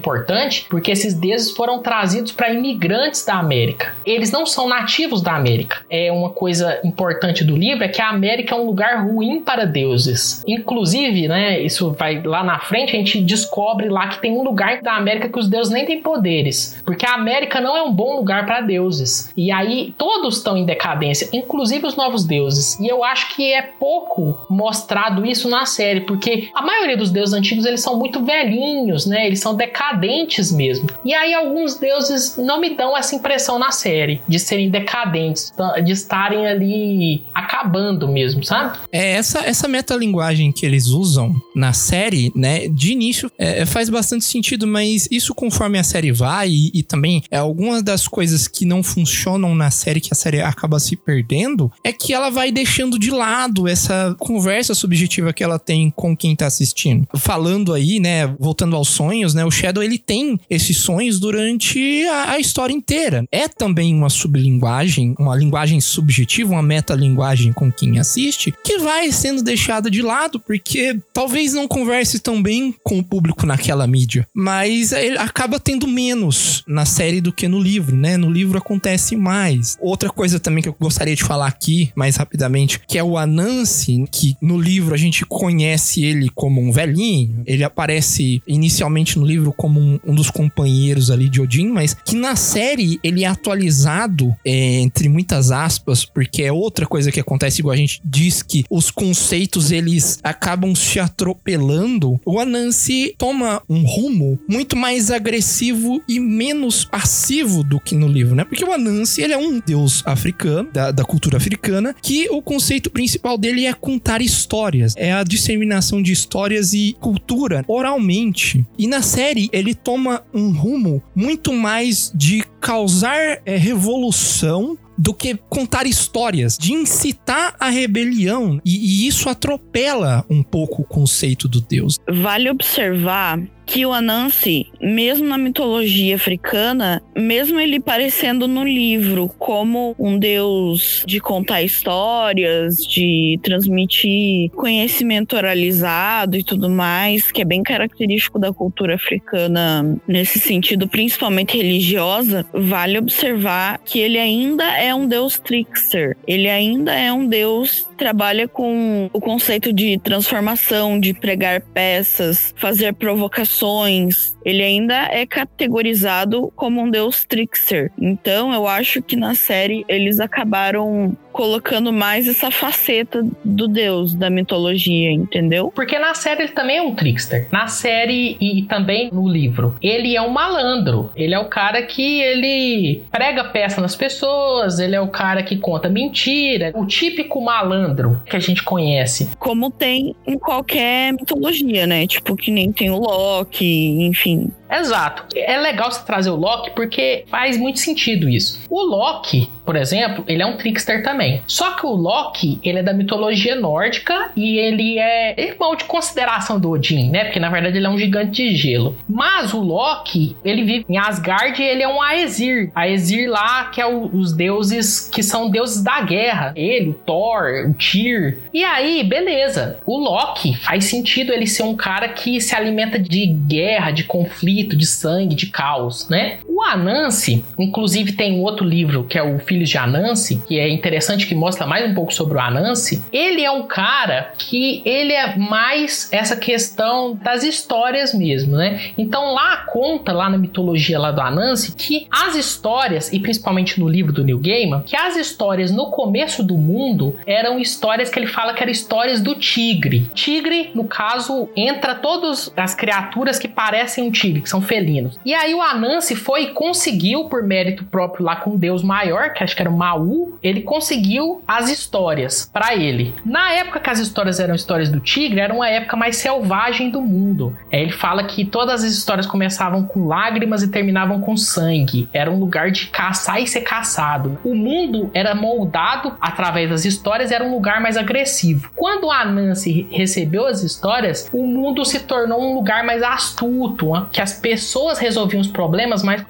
importante porque esses deuses foram trazidos para imigrantes da América. Eles não são nativos da América. É uma coisa importante do livro é que a América é um lugar ruim para deuses. Inclusive, né, isso vai lá na frente, a gente descobre lá que tem um lugar da América que os deuses nem têm poderes, porque a América não é um bom lugar para deuses. E aí todos estão em decadência, inclusive os novos deuses. E eu acho que é pouco mostrado isso na série, porque a maioria dos deuses antigos eles são muito velhinhos, né? Eles são decadentes mesmo. E aí alguns deuses não me dão essa impressão na série de serem decadentes, de estarem ali acabando mesmo, sabe?
É, essa, essa metalinguagem que eles usam na série, né, de início é, faz bastante sentido, mas isso conforme a série vai e, e também é, algumas das coisas que não funcionam na série, que a série acaba se perdendo, é que ela vai deixando de lado essa conversa subjetiva que ela tem com quem tá assistindo. Falando aí, né, voltando aos sonhos, né, o Shadow ele tem esses sonhos durante a, a história inteira. É também uma sublinguagem, uma linguagem subjetiva, uma metalinguagem com quem assiste, que vai sendo deixada de lado, porque talvez não converse tão bem com o público naquela mídia, mas ele acaba tendo menos na série do que no livro, né? No livro acontece mais. Outra coisa também que eu gostaria de falar aqui, mais rapidamente, que é o Anansi, que no livro a gente conhece ele como um velhinho, ele aparece inicialmente no livro como um, um dos companheiros ali de Odin, mas que na série ele é atualizado, é, entre muitas aspas, porque é outra coisa que acontece, igual a gente diz que os conceitos eles acabam se atropelando. O Anansi toma um rumo muito mais agressivo e menos passivo do que no livro, né? Porque o Anansi, ele é um deus africano, da, da cultura africana, que o conceito principal dele é contar histórias, é a disseminação de histórias e cultura oralmente. E na série ele toma um rumo muito mais de causar é, revolução do que contar histórias, de incitar a rebelião, e, e isso atropela um pouco o conceito do Deus.
Vale observar que o Anansi, mesmo na mitologia africana, mesmo ele parecendo no livro como um deus de contar histórias, de transmitir conhecimento oralizado e tudo mais, que é bem característico da cultura africana nesse sentido, principalmente religiosa, vale observar que ele ainda é um deus trickster. Ele ainda é um deus que trabalha com o conceito de transformação, de pregar peças, fazer provocações. Ele ainda é categorizado como um deus trickster. Então eu acho que na série eles acabaram colocando mais essa faceta do deus, da mitologia, entendeu?
Porque na série ele também é um trickster. Na série e também no livro, ele é um malandro. Ele é o cara que ele prega peça nas pessoas, ele é o cara que conta mentira, o típico malandro que a gente conhece.
Como tem em qualquer mitologia, né? Tipo, que nem tem o Loki, enfim.
Exato. É legal você trazer o Loki porque faz muito sentido isso. O Loki, por exemplo, ele é um trickster também. Só que o Loki, ele é da mitologia nórdica e ele é irmão de consideração do Odin, né? Porque na verdade ele é um gigante de gelo. Mas o Loki, ele vive em Asgard e ele é um Aesir. Aesir lá, que é o, os deuses que são deuses da guerra. Ele, o Thor, o Tyr. E aí, beleza. O Loki faz sentido ele ser um cara que se alimenta de guerra, de conflito, de sangue, de caos, né? O Anansi, inclusive tem um outro livro que é o Filhos de Anansi, que é interessante, que mostra mais um pouco sobre o Anansi. Ele é um cara que ele é mais essa questão das histórias mesmo, né? Então lá conta, lá na mitologia lá do Anansi, que as histórias, e principalmente no livro do Neil Gaiman, que as histórias no começo do mundo eram histórias que ele fala que eram histórias do tigre. Tigre, no caso, entra todas as criaturas que parecem um tigre, que são felinos. E aí o Anansi foi e conseguiu, por mérito próprio lá com um deus maior, que acho que era o Mau, ele conseguiu as histórias para ele. Na época que as histórias eram histórias do tigre, era uma época mais selvagem do mundo. É, ele fala que todas as histórias começavam com lágrimas e terminavam com sangue. Era um lugar de caçar e ser caçado. O mundo era moldado através das histórias, era um lugar mais agressivo. Quando o Anansi recebeu as histórias, o mundo se tornou um lugar mais astuto, que as pessoas resolviam os problemas mais com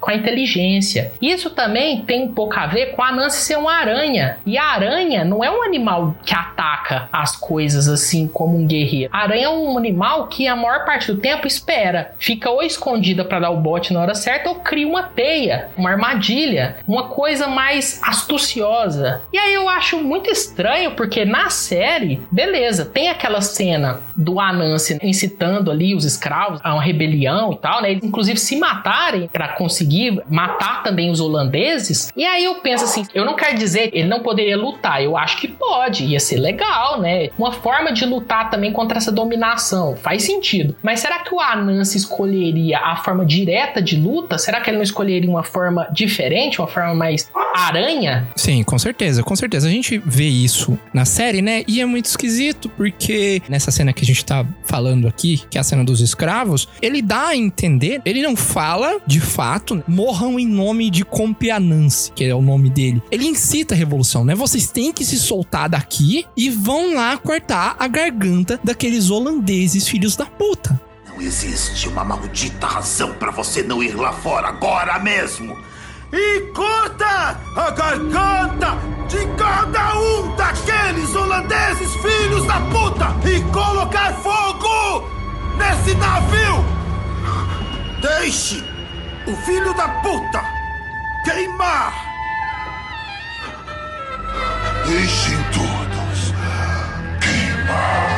com a inteligência. Isso também tem um pouco a ver com a Nancy ser uma aranha. E a aranha não é um animal que ataca as coisas assim como um guerreiro. A aranha é um animal que a maior parte do tempo espera. Fica ou escondida para dar o bote na hora certa ou cria uma teia, uma armadilha, uma coisa mais astuciosa. E aí eu acho muito estranho porque na série, beleza, tem aquela cena do Anansi incitando ali os escravos a uma rebelião e tal, né? Eles inclusive se matarem para conseguir matar também os holandeses. E aí eu penso assim, eu não quero dizer que ele não poderia lutar, eu acho que pode, ia ser legal, né? Uma forma de lutar também contra essa dominação, faz sentido. Mas será que o Anansi escolheria a forma direta de luta? Será que ele não escolheria uma forma diferente, uma forma mais aranha?
Sim, com certeza, com certeza. A gente vê isso na série, né? E é muito esquisito, porque nessa cena que a gente tá falando aqui, que é a cena dos escravos, ele dá a entender, ele não fala, de fato, morram em nome de Comte Anansi, que é o nome dele. Ele incita a revolução, né? Vocês têm que se soltar daqui e vão lá cortar a garganta daqueles holandeses filhos da puta.
Não existe uma maldita razão pra você não ir lá fora agora mesmo. E corta a garganta de cada um daqueles holandeses filhos da puta e colocar fogo nesse navio. Deixe o filho da puta queimar.
Deixem todos queimar.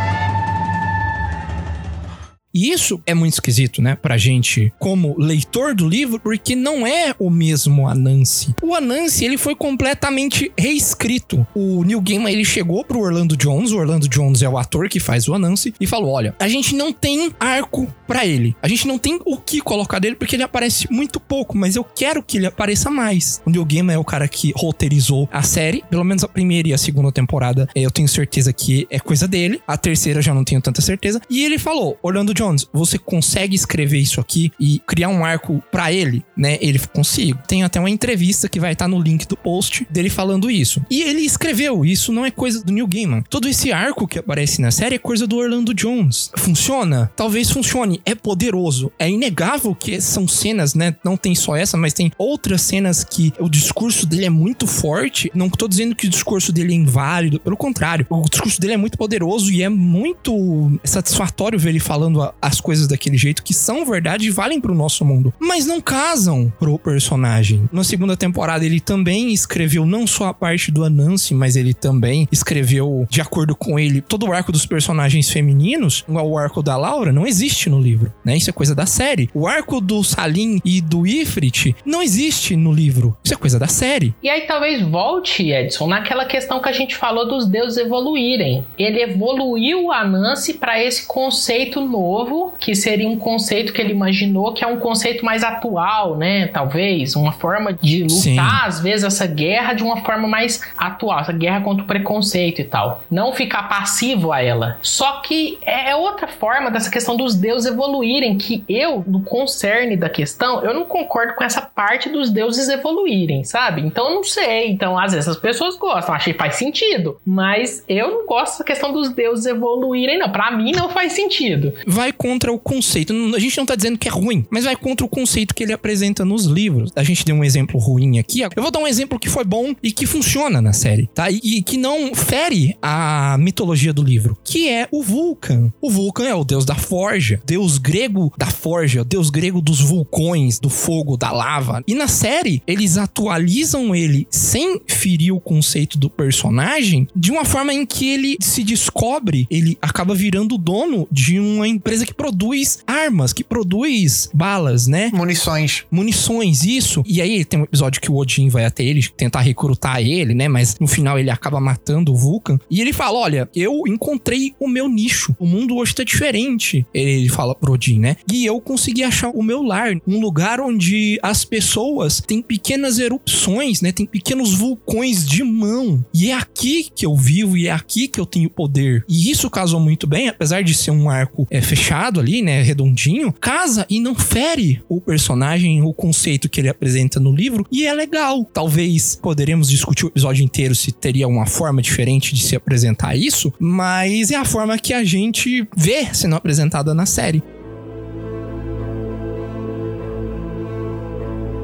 E isso é muito esquisito, né, pra gente como leitor do livro, porque não é o mesmo Anansi. O Anansi, ele foi completamente reescrito. O Neil Gaiman, ele chegou pro Orlando Jones, o Orlando Jones é o ator que faz o Anansi, e falou, olha, a gente não tem arco pra ele. A gente não tem o que colocar dele, porque ele aparece muito pouco, mas eu quero que ele apareça mais. O Neil Gaiman é o cara que roteirizou a série, pelo menos a primeira e a segunda temporada, eu tenho certeza que é coisa dele. A terceira já não tenho tanta certeza. E ele falou, Orlando Jones, você consegue escrever isso aqui e criar um arco pra ele, né? Ele consigo. Tem até uma entrevista que vai estar no link do post dele falando isso. E ele escreveu, isso não é coisa do Neil Gaiman. Todo esse arco que aparece na série é coisa do Orlando Jones. Funciona? Talvez funcione. É poderoso. É inegável que são cenas, né? Não tem só essa, mas tem outras cenas que o discurso dele é muito forte. Não tô dizendo que o discurso dele é inválido. Pelo contrário. O discurso dele é muito poderoso e é muito satisfatório ver ele falando a as coisas daquele jeito que são verdade e valem pro nosso mundo, mas não casam pro personagem. Na segunda temporada ele também escreveu não só a parte do Anansi, mas ele também escreveu, de acordo com ele, todo o arco dos personagens femininos, igual o arco da Laura, não existe no livro, né? Isso é coisa da série. O arco do Salim e do Ifrit não existe no livro. Isso é coisa da série.
E aí talvez volte, Edson, naquela questão que a gente falou dos deuses evoluírem. Ele evoluiu a Anansi para esse conceito novo, que seria um conceito que ele imaginou que é um conceito mais atual, né? Talvez, uma forma de lutar, Sim. às vezes, essa guerra de uma forma mais atual, essa guerra contra o preconceito e tal. Não ficar passivo a ela. Só que é outra forma dessa questão dos deuses evoluírem, que eu, no concerne da questão, eu não concordo com essa parte dos deuses evoluírem, sabe? Então eu não sei. Então, às vezes as pessoas gostam, achei que faz sentido. Mas eu não gosto da questão dos deuses evoluírem, não. Pra mim não faz sentido.
Vai contra o conceito. A gente não tá dizendo que é ruim, mas vai contra o conceito que ele apresenta nos livros. A gente deu um exemplo ruim aqui. Eu vou dar um exemplo que foi bom e que funciona na série, tá? E, e que não fere a mitologia do livro, que é o Vulcan. O Vulcan é o deus da forja, deus grego da forja, o deus grego dos vulcões, do fogo, da lava. E na série, eles atualizam ele sem ferir o conceito do personagem, de uma forma em que ele se descobre, ele acaba virando dono de uma empresa que produz armas, que produz balas, né?
Munições.
Munições, isso. E aí tem um episódio que o Odin vai até ele, tentar recrutar ele, né? Mas no final ele acaba matando o Vulcan. E ele fala, olha, eu encontrei o meu nicho. O mundo hoje tá diferente. Ele fala pro Odin, né? E eu consegui achar o meu lar. Um lugar onde as pessoas têm pequenas erupções, né? Tem pequenos vulcões de mão. E é aqui que eu vivo e é aqui que eu tenho poder. E isso casou muito bem, apesar de ser um arco é, fechado ali, né? Redondinho. Casa e não fere o personagem, o conceito que ele apresenta no livro. E é legal. Talvez poderemos discutir o episódio inteiro se teria uma forma diferente de se apresentar isso, mas é a forma que a gente vê sendo apresentada na série.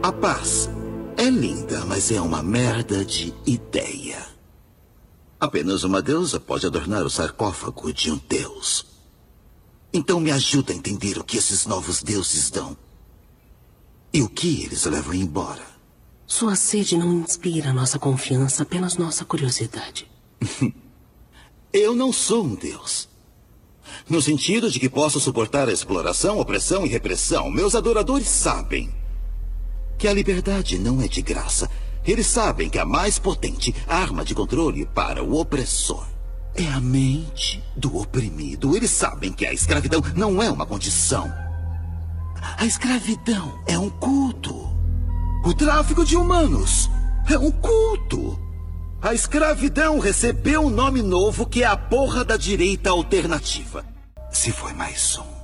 A paz é linda, mas é uma merda de ideia. Apenas uma deusa pode adornar o sarcófago de um deus. Então me ajuda a entender o que esses novos deuses dão. E o que eles levam embora.
Sua sede não inspira nossa confiança, apenas nossa curiosidade.
Eu não sou um deus. No sentido de que posso suportar a exploração, opressão e repressão. Meus adoradores sabem que a liberdade não é de graça. Eles sabem que a mais potente arma de controle para o opressor é a mente do oprimido. Eles sabem que a escravidão não é uma condição. A escravidão é um culto. O tráfico de humanos é um culto. A escravidão recebeu um nome novo que é a porra da direita alternativa. Se foi mais um.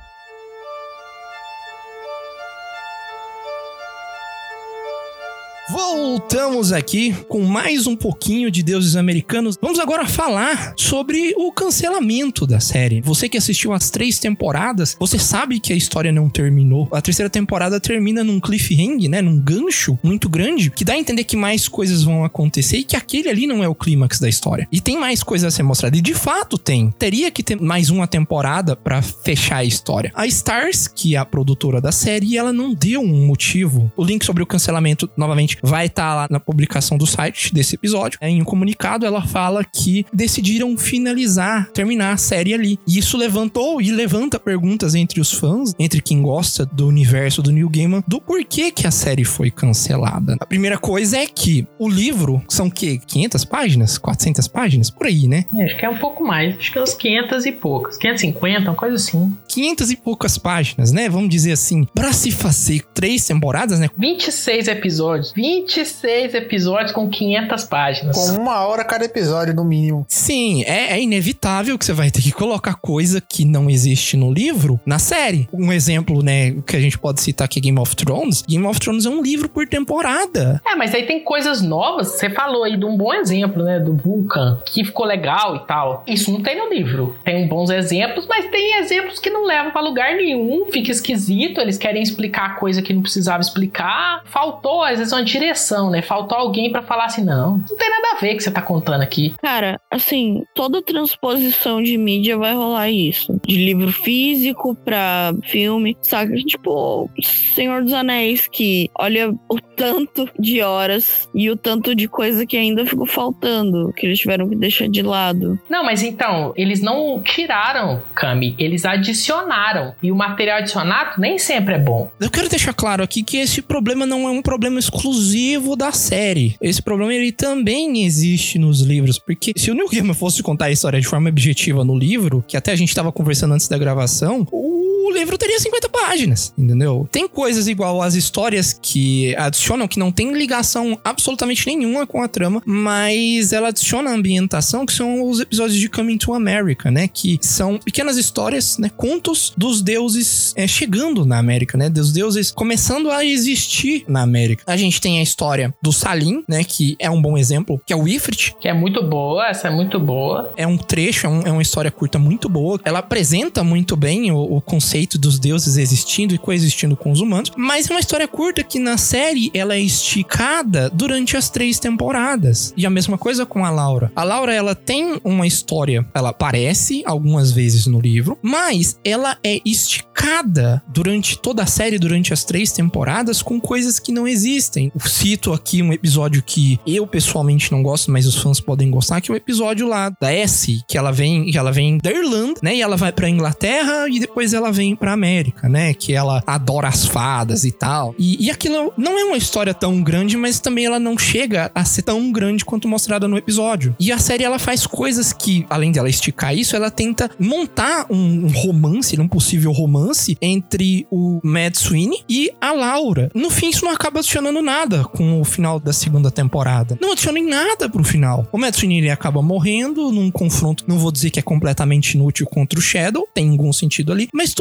Voltamos aqui com mais um pouquinho de Deuses Americanos. Vamos agora falar sobre o cancelamento da série. Você que assistiu as três temporadas, você sabe que a história não terminou. A terceira temporada termina num cliffhanger, né? Num gancho muito grande, que dá a entender que mais coisas vão acontecer e que aquele ali não é o clímax da história. E tem mais coisas a ser mostrada. E de fato tem. Teria que ter mais uma temporada pra fechar a história. A Starz, que é a produtora da série, ela não deu um motivo. O link sobre o cancelamento, novamente, vai estar lá na publicação do site desse episódio. Em um comunicado, ela fala que decidiram finalizar, terminar a série ali. E isso levantou e levanta perguntas entre os fãs, entre quem gosta do universo do Neil Gaiman, do porquê que a série foi cancelada. A primeira coisa é que o livro são o quê? quinhentas páginas? quatrocentas páginas? Por aí, né?
É, acho que é um pouco mais. Acho que é uns quinhentas e poucas. quinhentas e cinquenta, uma coisa assim.
quinhentas e poucas páginas, né? Vamos dizer assim. Pra se fazer três temporadas, né?
vinte e seis episódios. vinte e seis episódios com quinhentas páginas.
Com uma hora cada episódio, no mínimo.
Sim, é, é inevitável que você vai ter que colocar coisa que não existe no livro na série. Um exemplo, né, que a gente pode citar aqui é Game of Thrones. Game of Thrones é um livro por temporada.
É, mas aí tem coisas novas. Você falou aí de um bom exemplo, né, do Vulcan, que ficou legal e tal. Isso não tem no livro. Tem bons exemplos, mas tem exemplos que não levam pra lugar nenhum. Fica esquisito, eles querem explicar coisa que não precisava explicar. Faltou, às vezes, uma direção, né? Faltou alguém pra falar assim, não, não tem nada a ver com o que você tá contando aqui.
Cara, assim, toda transposição de mídia vai rolar isso. De livro físico pra filme, sabe? Tipo, Senhor dos Anéis, que olha o tanto de horas e o tanto de coisa que ainda ficou faltando, que eles tiveram que deixar de lado.
Não, mas então, eles não tiraram, Cami, eles adicionaram. E o material adicionado nem sempre é bom.
Eu quero deixar claro aqui que esse problema não é um problema exclusivo da série. Esse problema, ele também existe nos livros, porque se o Neil Gaiman fosse contar a história de forma objetiva no livro, que até a gente tava conversando antes da gravação, o livro teria cinquenta páginas, entendeu? Tem coisas igual as histórias que adicionam, que não tem ligação absolutamente nenhuma com a trama, mas ela adiciona a ambientação, que são os episódios de Coming to America, né? Que são pequenas histórias, né? Contos dos deuses é, chegando na América, né? Dos deuses começando a existir na América. A gente tem a história do Salim, né? Que é um bom exemplo, que é o Ifrit.
Que é muito boa, essa é muito boa.
É um trecho, é, um, é uma história curta muito boa. Ela apresenta muito bem o, o conceito dos deuses existindo e coexistindo com os humanos, mas é uma história curta que na série ela é esticada durante as três temporadas. E a mesma coisa com a Laura. A Laura, ela tem uma história, ela aparece algumas vezes no livro, mas ela é esticada durante toda a série, durante as três temporadas, com coisas que não existem. Eu cito aqui um episódio que eu pessoalmente não gosto, mas os fãs podem gostar, que é o episódio lá da Essie, que ela vem, que ela vem da Irlanda, né? E ela vai pra Inglaterra e depois ela vem pra América, né? Que ela adora as fadas e tal. E, e aquilo não é uma história tão grande, mas também ela não chega a ser tão grande quanto mostrada no episódio. E a série, ela faz coisas que, além dela esticar isso, ela tenta montar um, um romance, um possível romance entre o Mad Sweeney e a Laura. No fim, isso não acaba adicionando nada com o final da segunda temporada. Não adiciona em nada pro final. O Mad Sweeney, ele acaba morrendo num confronto, não vou dizer que é completamente inútil, contra o Shadow, tem algum sentido ali, mas todo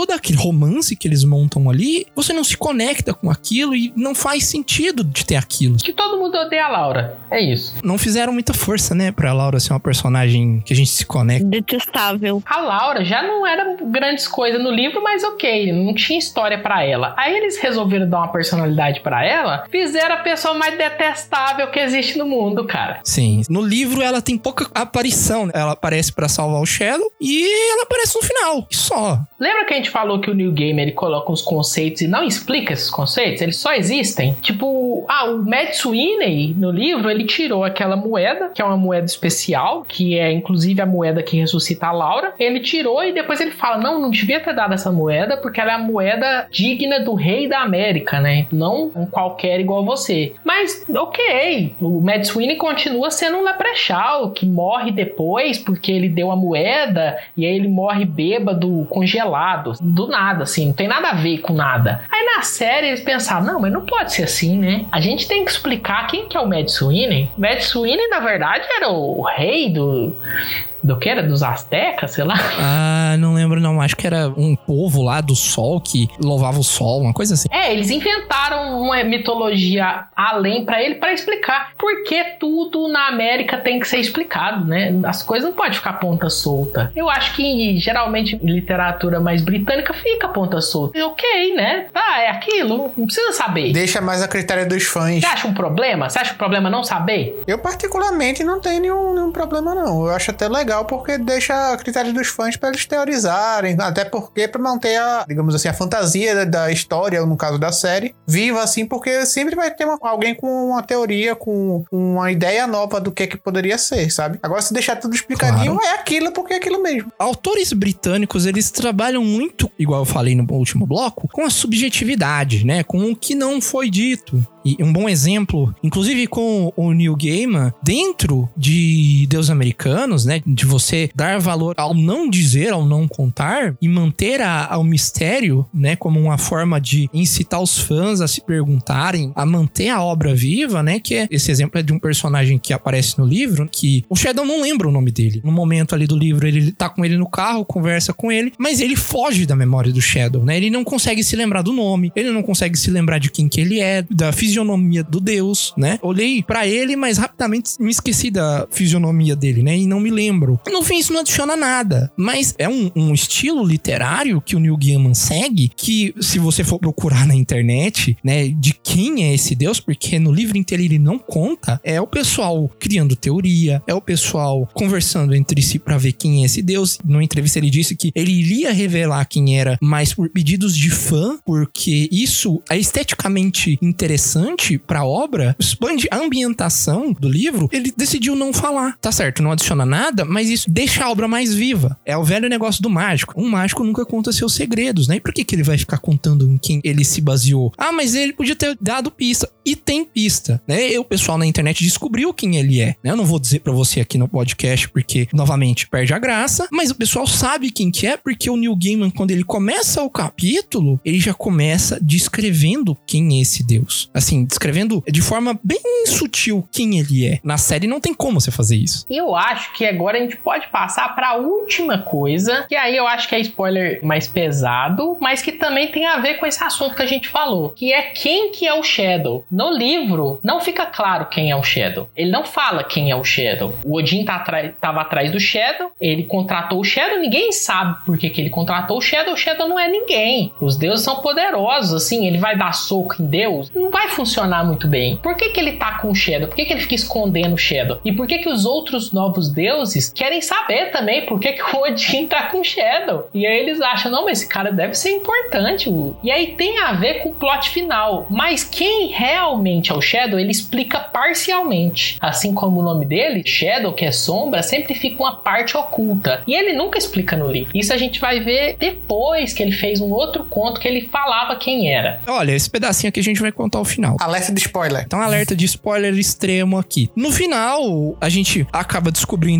todo aquele romance que eles montam ali, você não se conecta com aquilo e não faz sentido de ter aquilo.
Que todo mundo odeia a Laura. É isso.
Não fizeram muita força, né, pra Laura ser uma personagem que a gente se conecta.
Detestável.
A Laura já não era grandes coisas no livro, mas ok, não tinha história pra ela. Aí eles resolveram dar uma personalidade pra ela, fizeram a pessoa mais detestável que existe no mundo, cara.
Sim. No livro ela tem pouca aparição. Ela aparece pra salvar o Shadow e ela aparece no final. E só.
Lembra que a gente falou que o Neil Gaiman ele coloca uns conceitos e não explica esses conceitos? Eles só existem? Tipo, ah, o Matt Sweeney no livro, ele tirou aquela moeda, que é uma moeda especial, que é inclusive a moeda que ressuscita a Laura. Ele tirou e depois ele fala, não, não devia ter dado essa moeda porque ela é a moeda digna do rei da América, né? Não um qualquer igual você. Mas, ok, o Matt Sweeney continua sendo um leprechaun que morre depois porque ele deu a moeda e aí ele morre bêbado, congelado, do nada, assim, não tem nada a ver com nada. Aí na série eles pensaram, não, mas não pode ser assim, né? A gente tem que explicar quem que é o Matt Sweeney. Matt Sweeney, na verdade, era o rei do... Do que era? Dos Aztecas, sei lá?
Ah, não lembro não. Acho que era um povo lá do sol que louvava o sol, uma coisa assim.
É, eles inventaram uma mitologia além pra ele pra explicar por que tudo na América tem que ser explicado, né? As coisas não podem ficar ponta solta. Eu acho que geralmente em literatura mais britânica fica ponta solta. Ok, né? Tá, é aquilo. Não precisa saber.
Deixa mais a critério dos fãs.
Você acha um problema? Você acha um problema não saber?
Eu particularmente não tenho nenhum, nenhum problema não. Eu acho até legal porque deixa a critério dos fãs para eles teorizarem, até porque para manter a, digamos assim, a fantasia da, da história, ou no caso da série, viva assim, porque sempre vai ter uma, alguém com uma teoria, com uma ideia nova do que que poderia ser, sabe? Agora se deixar tudo explicadinho, claro, é aquilo porque é aquilo mesmo.
Autores britânicos, eles trabalham muito, igual eu falei no último bloco, com a subjetividade, né? Com o que não foi dito. E um bom exemplo, inclusive com o Neil Gaiman, dentro de Deus Americanos, né? De você dar valor ao não dizer, ao não contar, e manter a, ao mistério, né? Como uma forma de incitar os fãs a se perguntarem, a manter a obra viva, né? Que é, esse exemplo é de um personagem que aparece no livro, que o Shadow não lembra o nome dele. No momento ali do livro, ele tá com ele no carro, conversa com ele, mas ele foge da memória do Shadow, né? Ele não consegue se lembrar do nome, ele não consegue se lembrar de quem que ele é, da fisionomia do Deus, né? Olhei pra ele, mas rapidamente me esqueci da fisionomia dele, né? E não me lembro. No fim, isso não adiciona nada. Mas é um, um estilo literário que o Neil Gaiman segue, que se você for procurar na internet, né? De quem é esse Deus, porque no livro inteiro ele não conta, é o pessoal criando teoria, é o pessoal conversando entre si pra ver quem é esse Deus. Numa entrevista ele disse que ele iria revelar quem era, mas por pedidos de fã, porque isso é esteticamente interessante pra obra, expande a ambientação do livro, ele decidiu não falar. Tá certo, não adiciona nada, mas isso deixa a obra mais viva. É o velho negócio do mágico. Um mágico nunca conta seus segredos, né? E por que que ele vai ficar contando em quem ele se baseou? Ah, mas ele podia ter dado pista. E tem pista, né? E o pessoal na internet descobriu quem ele é, né? Eu não vou dizer pra você aqui no podcast porque, novamente, perde a graça, mas o pessoal sabe quem que é porque o Neil Gaiman, quando ele começa o capítulo, ele já começa descrevendo quem é esse Deus. Assim, descrevendo de forma bem sutil quem ele é. Na série não tem como você fazer isso.
Eu acho que agora a gente pode passar pra última coisa, que aí eu acho que é spoiler mais pesado, mas que também tem a ver com esse assunto que a gente falou, que é quem que é o Shadow. No livro, não fica claro quem é o Shadow. Ele não fala quem é o Shadow. O Odin tá atra- tava atrás do Shadow, ele contratou o Shadow, ninguém sabe por que que ele contratou o Shadow. O Shadow não é ninguém. Os deuses são poderosos, assim, ele vai dar soco em Deus? Não vai funcionar muito bem. Por que que ele tá com o Shadow? Por que que ele fica escondendo o Shadow? E por que que os outros novos deuses querem saber também por que que o Odin tá com o Shadow? E aí eles acham, não, mas esse cara deve ser importante. E aí tem a ver com o plot final. Mas quem realmente é o Shadow, ele explica parcialmente. Assim como o nome dele, Shadow, que é sombra, sempre fica uma parte oculta. E ele nunca explica no livro. Isso a gente vai ver depois que ele fez um outro conto que ele falava quem era.
Olha, esse pedacinho aqui a gente vai contar o final.
Alerta de spoiler.
Então, alerta de spoiler extremo aqui. No final, a gente acaba descobrindo que o Shadow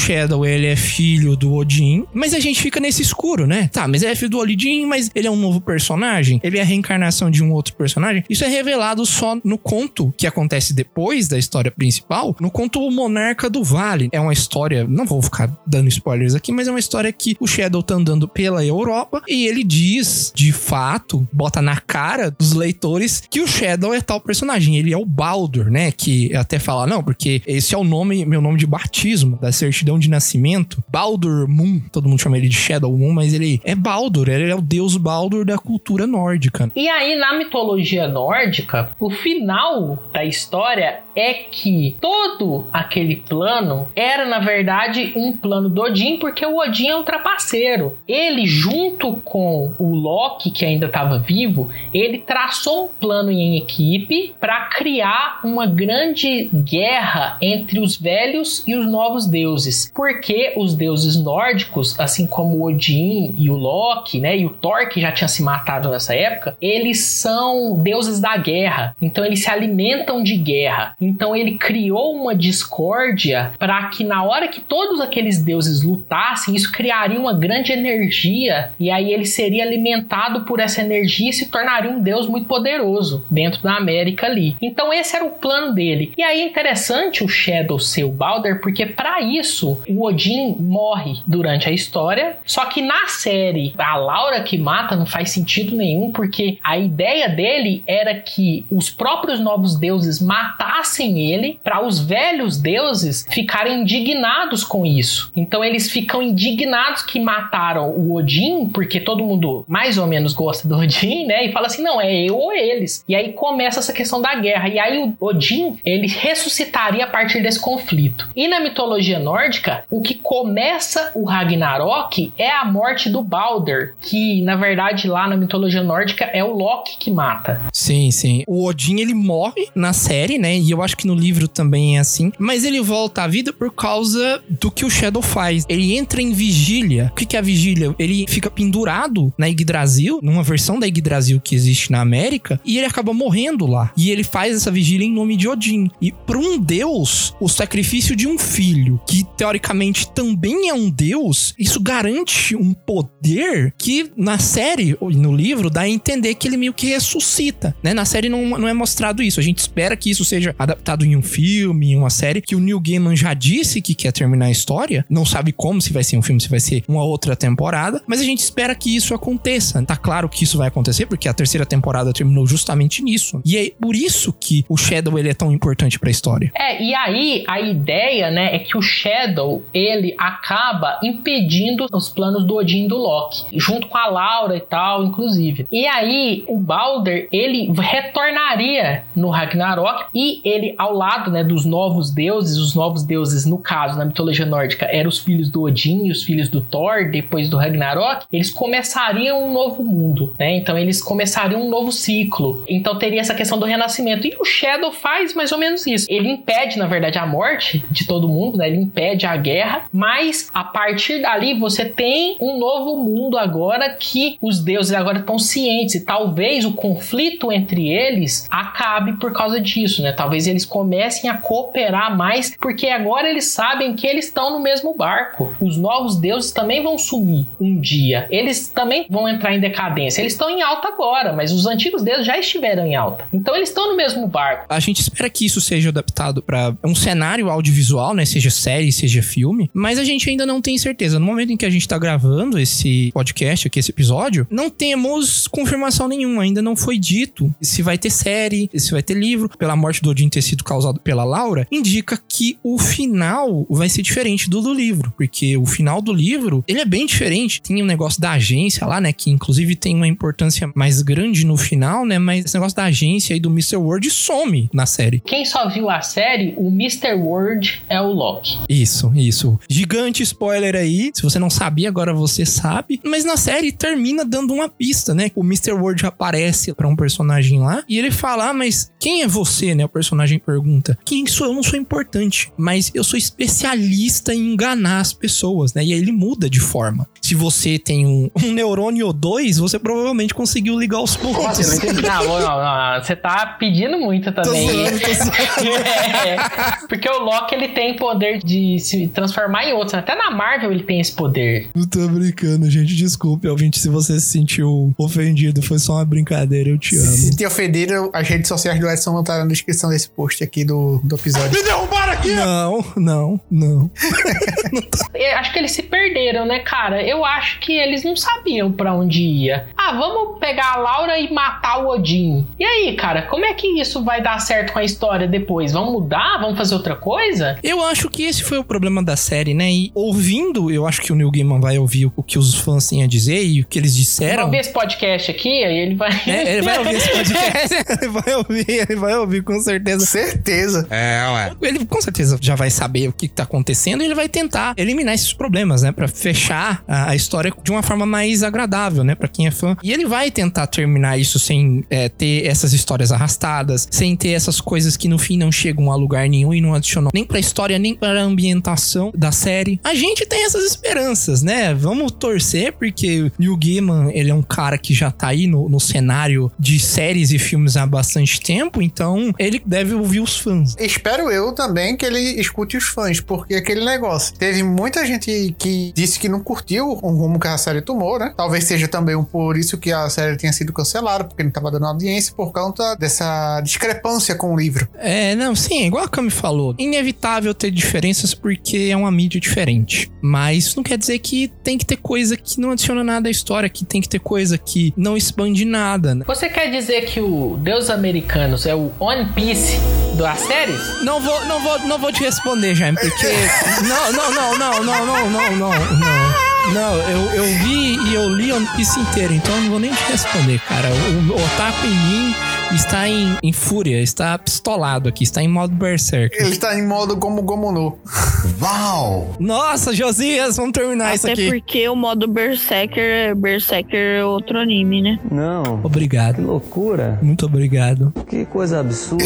Shadow, ele é filho do Odin, mas a gente fica nesse escuro, né? Tá, mas ele é filho do Odin, mas ele é um novo personagem? Ele é a reencarnação de um outro personagem? Isso é revelado só no conto que acontece depois da história principal, no conto O Monarca do Vale. É uma história, não vou ficar dando spoilers aqui, mas é uma história que o Shadow tá andando pela Europa e ele diz, de fato, bota na cara dos leitores que o Shadow é tal personagem. Ele é o Baldur, né? Que até fala, não, porque esse é o nome, meu nome de batismo, da certidão de nascimento. Baldur Moon, todo mundo chama ele de Shadow Moon, mas ele é Baldur, ele é o deus Baldur da cultura nórdica.
E aí, na mitologia nórdica, o final da história é que todo aquele plano era, na verdade, um plano do Odin, porque o Odin é um trapaceiro. Ele, junto com o Loki, que ainda estava vivo, ele traçou um plano em equipe para criar uma grande guerra entre os velhos e os novos deuses. Porque os deuses nórdicos, assim como o Odin e o Loki, né, e o Thor, que já tinha se matado nessa época, eles são deuses da guerra. Então eles se alimentam de guerra. Então ele criou uma discórdia para que na hora que todos aqueles deuses lutassem, isso criaria uma grande energia e aí ele seria alimentado por essa energia e se tornaria um deus muito poderoso dentro da América ali. Então esse era o plano dele. E aí é interessante o Shadow ser o Baldur, porque para isso o Odin morre durante a história, só que na série a Laura que mata não faz sentido nenhum, porque a ideia dele era que os próprios novos deuses matassem ele para os velhos deuses ficarem indignados com isso. Então eles ficam indignados que mataram o Odin, porque todo mundo mais ou menos gosta do Odin, né? E fala assim, não, é eu ou eles. E aí começa essa questão da guerra. E aí o Odin, ele ressuscitaria a partir desse conflito. E na mitologia nórdica, o que começa o Ragnarok é a morte do Baldur, que na verdade lá na mitologia nórdica é o Loki que mata.
Sim, sim. O Odin, ele morre na série, né? E eu acho que no livro também é assim. Mas ele volta à vida por causa do que o Shadow faz. Ele entra em vigília. O que é a vigília? Ele fica pendurado na Yggdrasil, numa versão da Yggdrasil que existe na América, e ele acaba morrendo lá. E ele faz essa vigília em nome de Odin. E para um deus, o sacrifício de um filho, que teoricamente também é um deus, isso garante um poder que na série, ou no livro, dá a entender que ele meio que ressuscita, né? Na série não, não é mostrado isso. A gente espera que isso seja adaptado em um filme, em uma série, que o Neil Gaiman já disse que quer terminar a história. Não sabe como, se vai ser um filme, se vai ser uma outra temporada, mas a gente espera que isso aconteça. Tá claro que isso vai acontecer, porque a terceira temporada terminou justamente nisso. E é por isso que o Shadow, ele é tão importante pra história.
É, e aí a ideia, né, é que o Shadow, ele acaba impedindo os planos do Odin e do Loki, junto com a Laura e tal, inclusive. E aí o Baldur, ele retornaria no Ragnarok e ele, ao lado, né, dos novos deuses, os novos deuses, no caso, na mitologia nórdica, eram os filhos do Odin e os filhos do Thor, depois do Ragnarok, eles começariam um novo mundo, né? Então eles começariam um novo ciclo. Então teria essa questão do renascimento. E o Shadow faz mais ou menos isso. Ele impede, na verdade, a morte de todo mundo, né? Ele impede a guerra, mas a partir dali você tem um novo mundo agora que os deuses agora estão cientes e talvez o conflito entre eles acabe por causa disso, né? Talvez eles comecem a cooperar mais, porque agora eles sabem que eles estão no mesmo barco. Os novos deuses também vão sumir um dia. Eles também vão entrar em decadência. Eles estão em alta agora, mas os antigos deuses já estiveram em alta. Então eles estão no mesmo barco.
A gente espera que isso seja adaptado para um cenário audiovisual, né? Seja série, seja filme, mas a gente ainda não tem certeza. No momento em que a gente tá gravando esse podcast aqui, esse episódio, não temos confirmação nenhuma. Ainda não foi dito se vai ter série, se vai ter livro. Pela morte do Odin ter sido causado pela Laura, indica que o final vai ser diferente do do livro, porque o final do livro, ele é bem diferente. Tem um negócio da agência lá, né, que inclusive tem uma importância mais grande no final, né, mas esse negócio da agência aí do mister World some na série.
Quem só viu a série, o mister World é o Loki.
Isso, isso. Gigante spoiler aí, se você não sabia, agora você sabe, mas na série termina dando uma pista, né, o mister World aparece pra um personagem lá, e ele fala, ah, mas quem é você, né, o personagem pergunta, quem sou eu? Não sou importante, mas eu sou especialista em enganar as pessoas, né, e aí ele muda de forma. Se você tem um, um neurônio ou dois, você provavelmente conseguiu ligar os pontos.
Nossa, não entendi. Não, não, não, você tá pedindo muito também.
Tô zoando, tô zoando.
É, porque o Loki, ele tem poder de se se transformar em outros. Até na Marvel ele tem esse poder.
Não tô brincando, gente. Desculpe, ouvinte, se você se sentiu ofendido. Foi só uma brincadeira, eu te amo.
Se te ofenderam, as redes sociais do Edson vão estar na descrição desse post aqui do, do episódio.
Me derrubaram aqui!
Não, não, não.
Eu acho que eles se perderam, né, cara? Eu acho que eles não sabiam pra onde ia. Ah, vamos pegar a Laura e matar o Odin. E aí, cara, como é que isso vai dar certo com a história depois? Vamos mudar? Vamos fazer outra coisa?
Eu acho que esse foi o problema da série, né? E ouvindo, eu acho que o Neil Gaiman vai ouvir o que os fãs têm a dizer e o que eles disseram.
Vamos ver esse podcast aqui, aí ele vai...
É, ele vai ouvir esse podcast. Ele vai ouvir, ele vai ouvir, com certeza.
Certeza.
É, ué.
Ele com certeza já vai saber o que tá acontecendo e ele vai tentar eliminar esses problemas, né? Pra fechar a, a história de uma forma mais agradável, né? Pra quem é fã. E ele vai tentar terminar isso sem é, ter essas histórias arrastadas, sem ter essas coisas que no fim não chegam a lugar nenhum e não adicionam nem pra história, nem pra ambientação da série. A gente tem essas esperanças, né? Vamos torcer, porque o Neil Gaiman, ele é um cara que já tá aí no, no cenário de séries e filmes há bastante tempo, então ele deve ouvir os fãs.
Espero eu também que ele escute os fãs, porque aquele negócio, teve muita gente que disse que não curtiu o rumo que a série tomou, né? Talvez seja também um por isso que a série tenha sido cancelada, porque não tava dando audiência por conta dessa discrepância com o livro.
É, não, sim, igual a Cami falou, inevitável ter diferenças porque é uma mídia diferente, mas isso não quer dizer que tem que ter coisa que não adiciona nada à história, que tem que ter coisa que não expande nada, né?
Você quer dizer que o Deus Americanos é o One Piece das séries?
Não vou, não vou, não vou te responder, Jaime, porque... não, não, não, não, não, não, não, não, não. Não, eu, eu vi e eu li One Piece inteiro, então eu não vou nem te responder, cara. O, o otaku em mim está em, em fúria, está pistolado aqui, está em modo berserk.
Ele está em modo Gomu Gomu no.
Uau!
Nossa, Josias, vamos terminar
Até
isso aqui.
Até porque o modo Berserker, Berserker é outro anime, né?
Não.
Obrigado.
Que loucura.
Muito obrigado.
Que coisa absurda.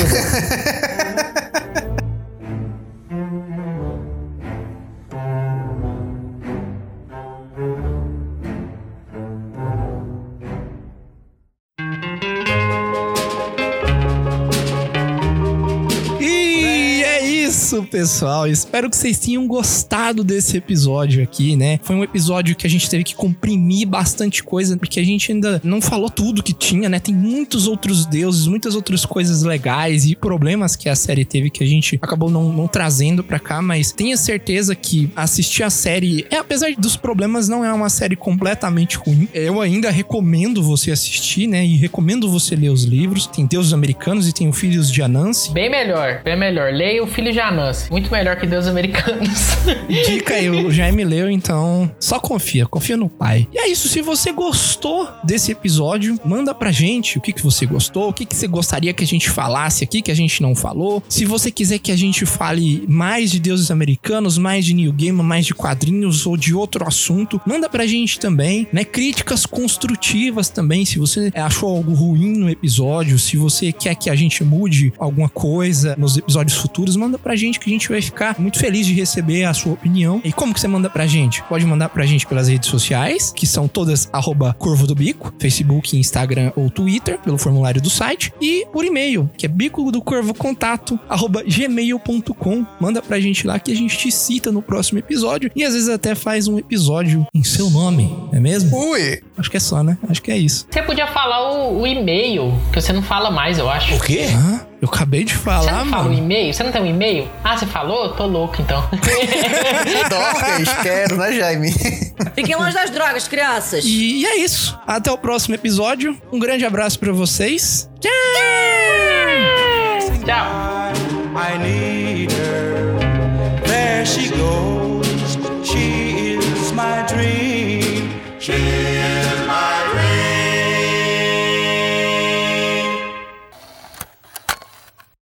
Isso, pessoal, espero que vocês tenham gostado desse episódio aqui, né? Foi um episódio que a gente teve que comprimir bastante coisa, porque a gente ainda não falou tudo que tinha, né? Tem muitos outros deuses, muitas outras coisas legais e problemas que a série teve que a gente acabou não, não trazendo pra cá, mas tenha certeza que assistir a série, é, apesar dos problemas, não é uma série completamente ruim. Eu ainda recomendo você assistir, né? E recomendo você ler os livros. Tem Deuses Americanos e tem o Filhos de Anansi.
Bem melhor, bem melhor. Leia o Filho de Anansi. Muito melhor que Deuses Americanos.
Dica aí, o Jaime leu, então só confia, confia no pai. E é isso, se você gostou desse episódio, manda pra gente o que, que você gostou, o que, que você gostaria que a gente falasse aqui, que a gente não falou. Se você quiser que a gente fale mais de Deuses Americanos, mais de Neil Gaiman, mais de quadrinhos ou de outro assunto, manda pra gente também, né? Críticas construtivas também, se você achou algo ruim no episódio, se você quer que a gente mude alguma coisa nos episódios futuros, manda pra gente que a gente vai ficar muito feliz de receber a sua opinião. E como que você manda pra gente? Pode mandar pra gente pelas redes sociais, que são todas arroba Corvo do Bico, Facebook, Instagram ou Twitter, pelo formulário do site, e por e-mail, que é bico do corvo contato arroba gmail ponto com. Manda pra gente lá que a gente te cita no próximo episódio e às vezes até faz um episódio em seu nome, não é mesmo?
Ui!
Acho que é só, né? Acho que é isso.
Você podia falar o, o e-mail, que você não fala mais, eu acho.
O quê?
Ah, eu acabei de falar,
Você não
mano.
fala o e-mail? Você não tem um e-mail? Ah, você falou? Tô louco, então.
Dorcas, quero, né, Jaime?
Fiquem longe das drogas, crianças.
E, e é isso. Até o próximo episódio. Um grande abraço pra vocês. Tchau!
Tchau!
I need her. There she goes. She is my dream. She